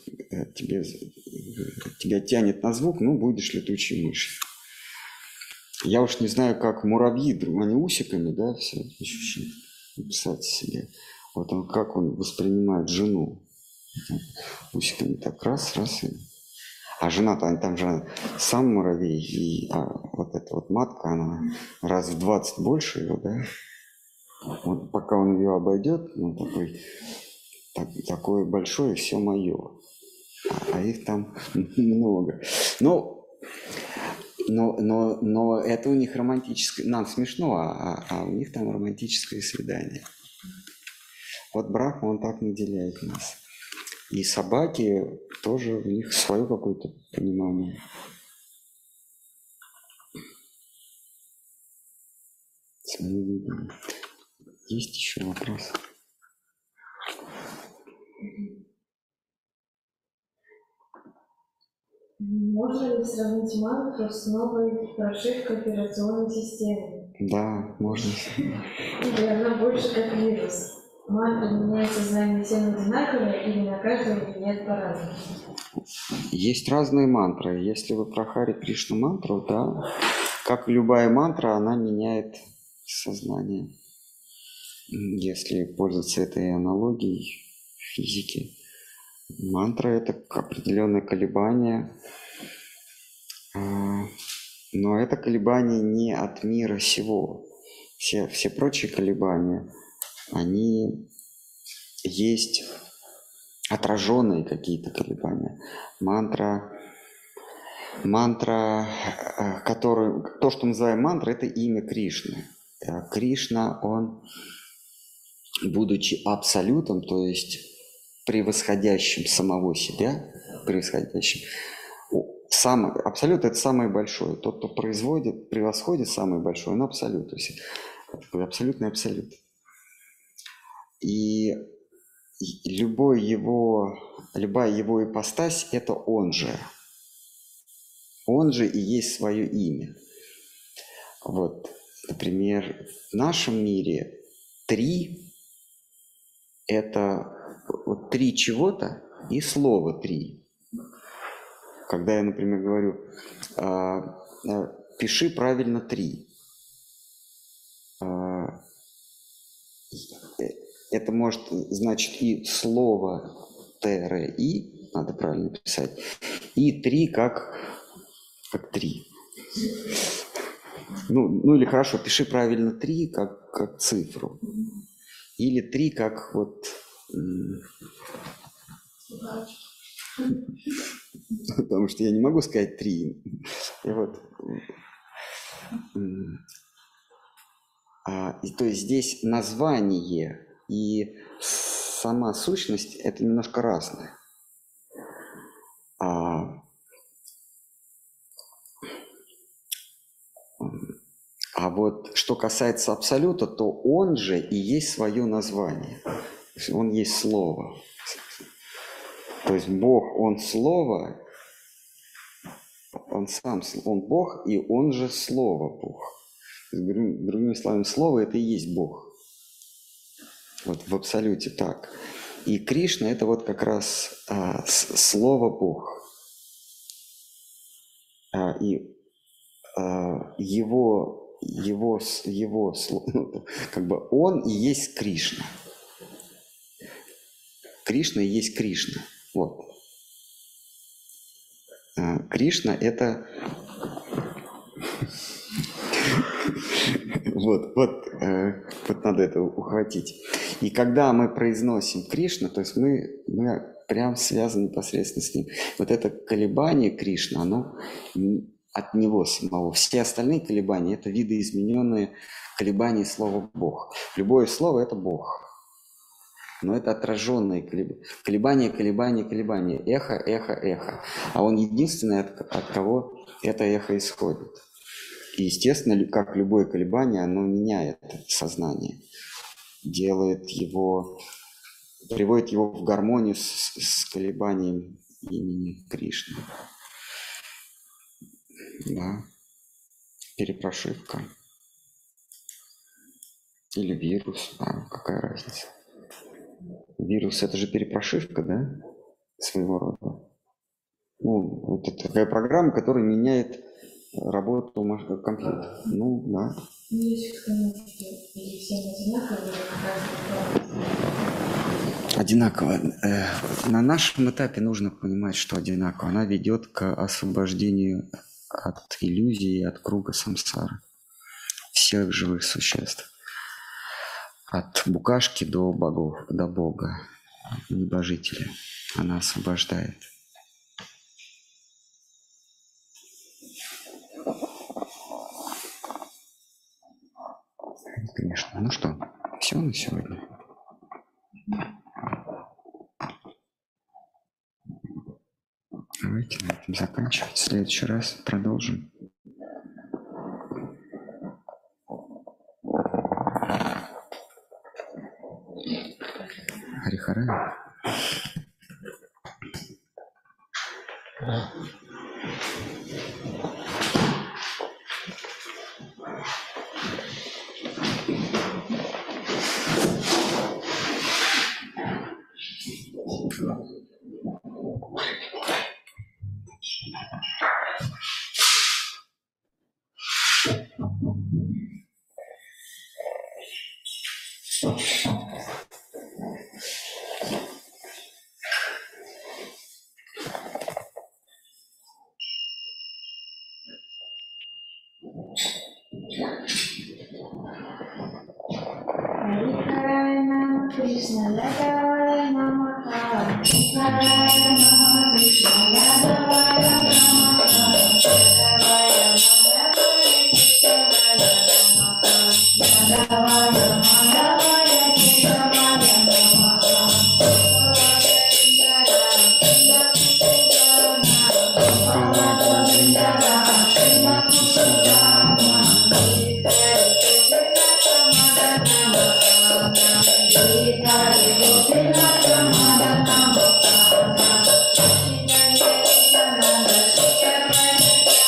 тебя тянет на звук, будешь летучей мышью. Я уж не знаю, как муравьи, они усиками, да, все ощущают. Представьте себе. Вот как он воспринимает жену. Усиками так раз, а жена-то, там же сам муравей, и вот эта вот матка, она раз в 20 больше его, да? Вот пока он ее обойдет, такой большой, все мое. А их там много. Но это у них романтическое, нам смешно, а у них там романтическое свидание. Вот Брахма, он так наделяет нас. И собаки тоже, у них свое какое-то понимание. Есть еще вопрос? Можно ли сравнить мантру с новой прошивкой операционной системы? Да, можно. Или она больше как вирус? Мантра меняет сознание всем одинаково или на каждого влияет по-разному? Есть разные мантры. Если вы про Хари Кришну мантру, да, как и любая мантра, она меняет сознание. Если пользоваться этой аналогией физики. Мантра – это определенное колебание, но это колебание не от мира сего. Все прочие колебания, они есть отраженные какие-то колебания. Мантра, то, что мы называем мантрой, это имя Кришны. Кришна, он, будучи абсолютом, то есть превосходящим самого себя, абсолют – это самый большой. Тот, кто превосходит самый большой, он абсолют. То есть такой абсолютный абсолют. И любая его ипостась – это он же. Он же и есть свое имя. Вот, например, в нашем мире 3 – это вот 3 чего-то и слово 3. когда я, например, говорю, пиши правильно 3. Это может значить и слово ТРИ, надо правильно писать, и 3 как 3. Ну или хорошо, пиши правильно 3 как цифру. Или 3 как вот... Потому что я не могу сказать 3. И вот... то есть здесь название и сама сущность – это немножко разное. А вот что касается абсолюта, то он же и есть свое название. Он есть слово. То есть Бог, он слово, он сам, он Бог, и он же слово Бог. Другими словами, слово – это и есть Бог. Вот в абсолюте так. И Кришна – это вот как раз слово Бог. И его как бы он и есть Кришна. Кришна и есть Кришна. Вот. Кришна – это... Вот надо это ухватить. И когда мы произносим Кришна, то есть мы прям связаны непосредственно с ним. Вот это колебание Кришна, оно от него самого. Все остальные колебания – это видоизмененные колебания слова «Бог». Любое слово – это Бог. Но это отраженные колебания, эхо, эхо, эхо. А он единственный, от кого это эхо исходит. И, естественно, как любое колебание, оно меняет сознание, приводит его в гармонию с колебанием имени Кришны. Да. Перепрошивка. Или вирус. Какая разница? Вирус – это же перепрошивка, да? Своего рода. Вот это такая программа, которая меняет работу компьютера. Ну, да. Одинаково. На нашем этапе нужно понимать, что одинаково. Она ведет к освобождению от иллюзии, от круга самсары. Всех живых существ. От букашки до богов, до Бога, небожителя. Она освобождает. Конечно. Ну что, все на сегодня. Давайте на этом заканчивать. В следующий раз продолжим. Хари-Харе.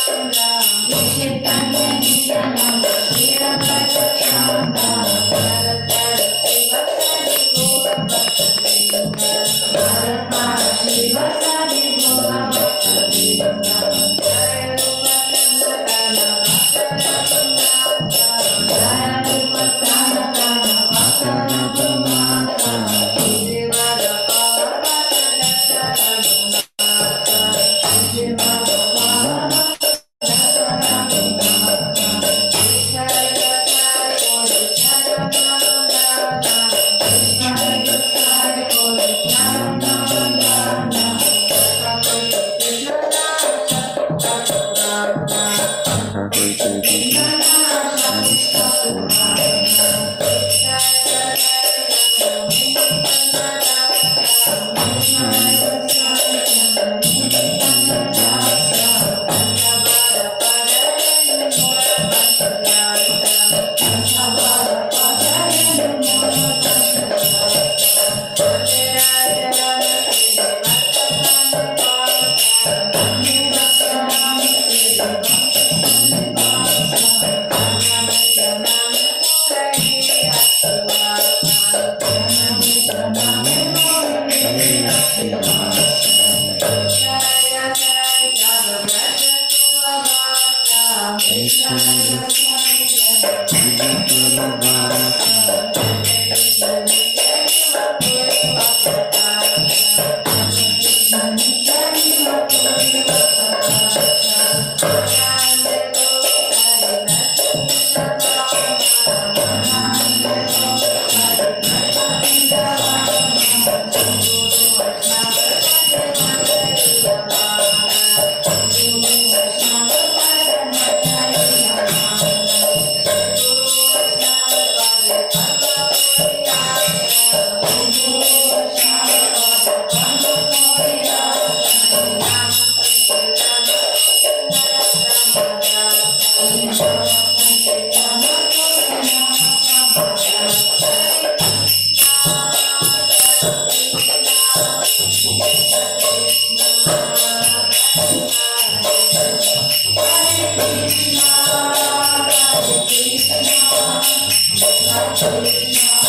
Thank you.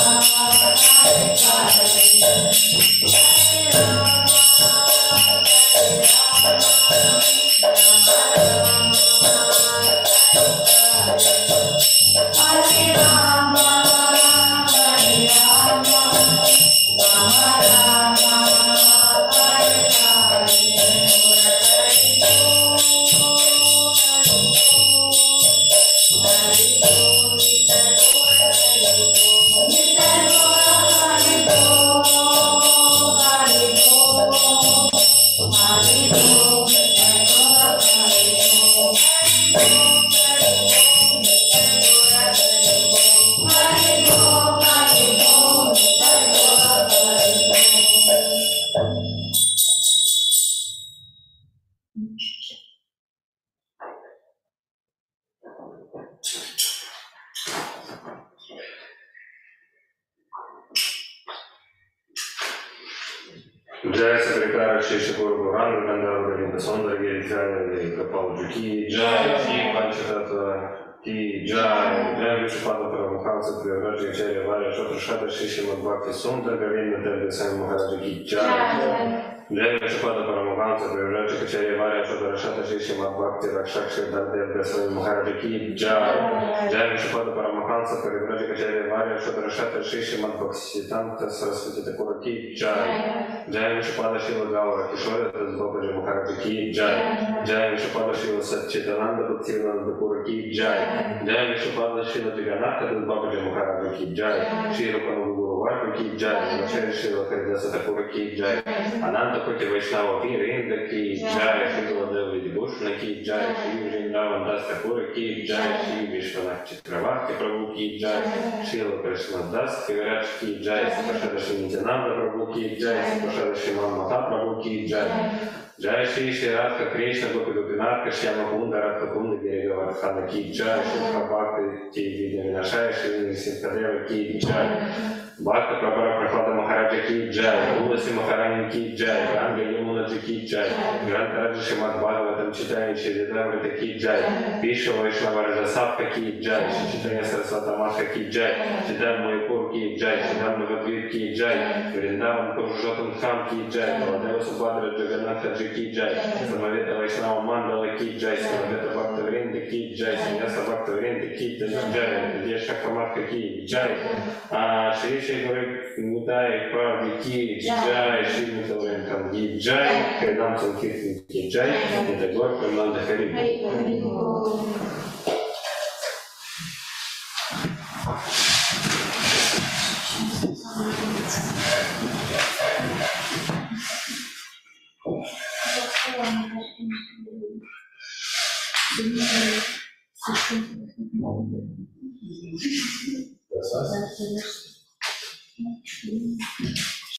Джай секретарь Шишипур Буран, Гандар Галинда Сондарги, Джай Капал Джуки, Джай Ши Панчататва, Ки Джай, Джай Вишупада Парамуханса, Приораджи Чаря Варя, Шотрашата Шишима Бхакти Сундар, Галинда Терби Сами Махараджи Джай. Джай Вишупада Парамуханса, Приораджи Чаря Варя, Шотрашата Шишима Бхакти Ракшакши Дардер Сами Махараджи Джай. Джай Вишупада Парамуханса, Приораджи Чаря Варя, Шотрашата Шишима Бхакти Танта Сарасвати Такураки Джай. Джай Вишупада Шила Гаура Кишора, Бабаджи Махараджи Ки Джай. Джай Вишупада Шила Сатчитананда Бхактивинанда Кураки Джай. Джай Вишупада Шила Джаганата, Бабаджи Махараджи Ки Джай. Шила Пангуру Варку Ки Джай. Начали Шила Харидаса Такура Ки Джай. Ананда Пати Вайшнава Вира Инда Ки Джай. Шила Деви Дебушна Ки Джай. Ши Вриндаван Дас Такура Ки Джай. Ши Вишванах Читраварти Прабhu Ки Джай. Шила Кришна Дас Кавирадж Ки Джай. Сапашада Шинитянанда Прабhu Ки Джай. Сапашада Шиман Мата Прабhu Ки Джай. Джай Шри Шри Радха Кришна Гопи Гопинатха Шьяма Кунда Радха Кунда Гирига Вардхана Ки Джай. Шуха Бхакти Ки Видя Винашай Шри Синхадева Ки Джай. Бхакта Прабхара Прахлада Махараджа Ки Джай. Уласи Махарани Ки Джай. Ганга Юмунаджи Ки Джай. Грантараджа Шимад Бхагаватам Читани Шридамрита Ки Джай. Вишва Вайшнава Раджасапка Ки Джай. Читания Сарасвата Матха Ки Джай. Читам Майпур Ки Джай. Читам Навадвир Ки Джай. Вриндаван Пурушотам Хам Ки Джай. Владева Субхадра Джаганатха Ки Джай. Самавета Вайшнава Мандала Ки Джай. Самавета Бхакта Вринда Ки Джай. Саньяса Бхакта Вринда Ки Джай. Дешка Каматха Ки Джай. Шри Шри Гори Нитай Правди Ки Джай. Шри Митавринкам Ки Джай. Хайдам Санкиртин Ки Джай. Это Гор Прананда Хари. Thank you.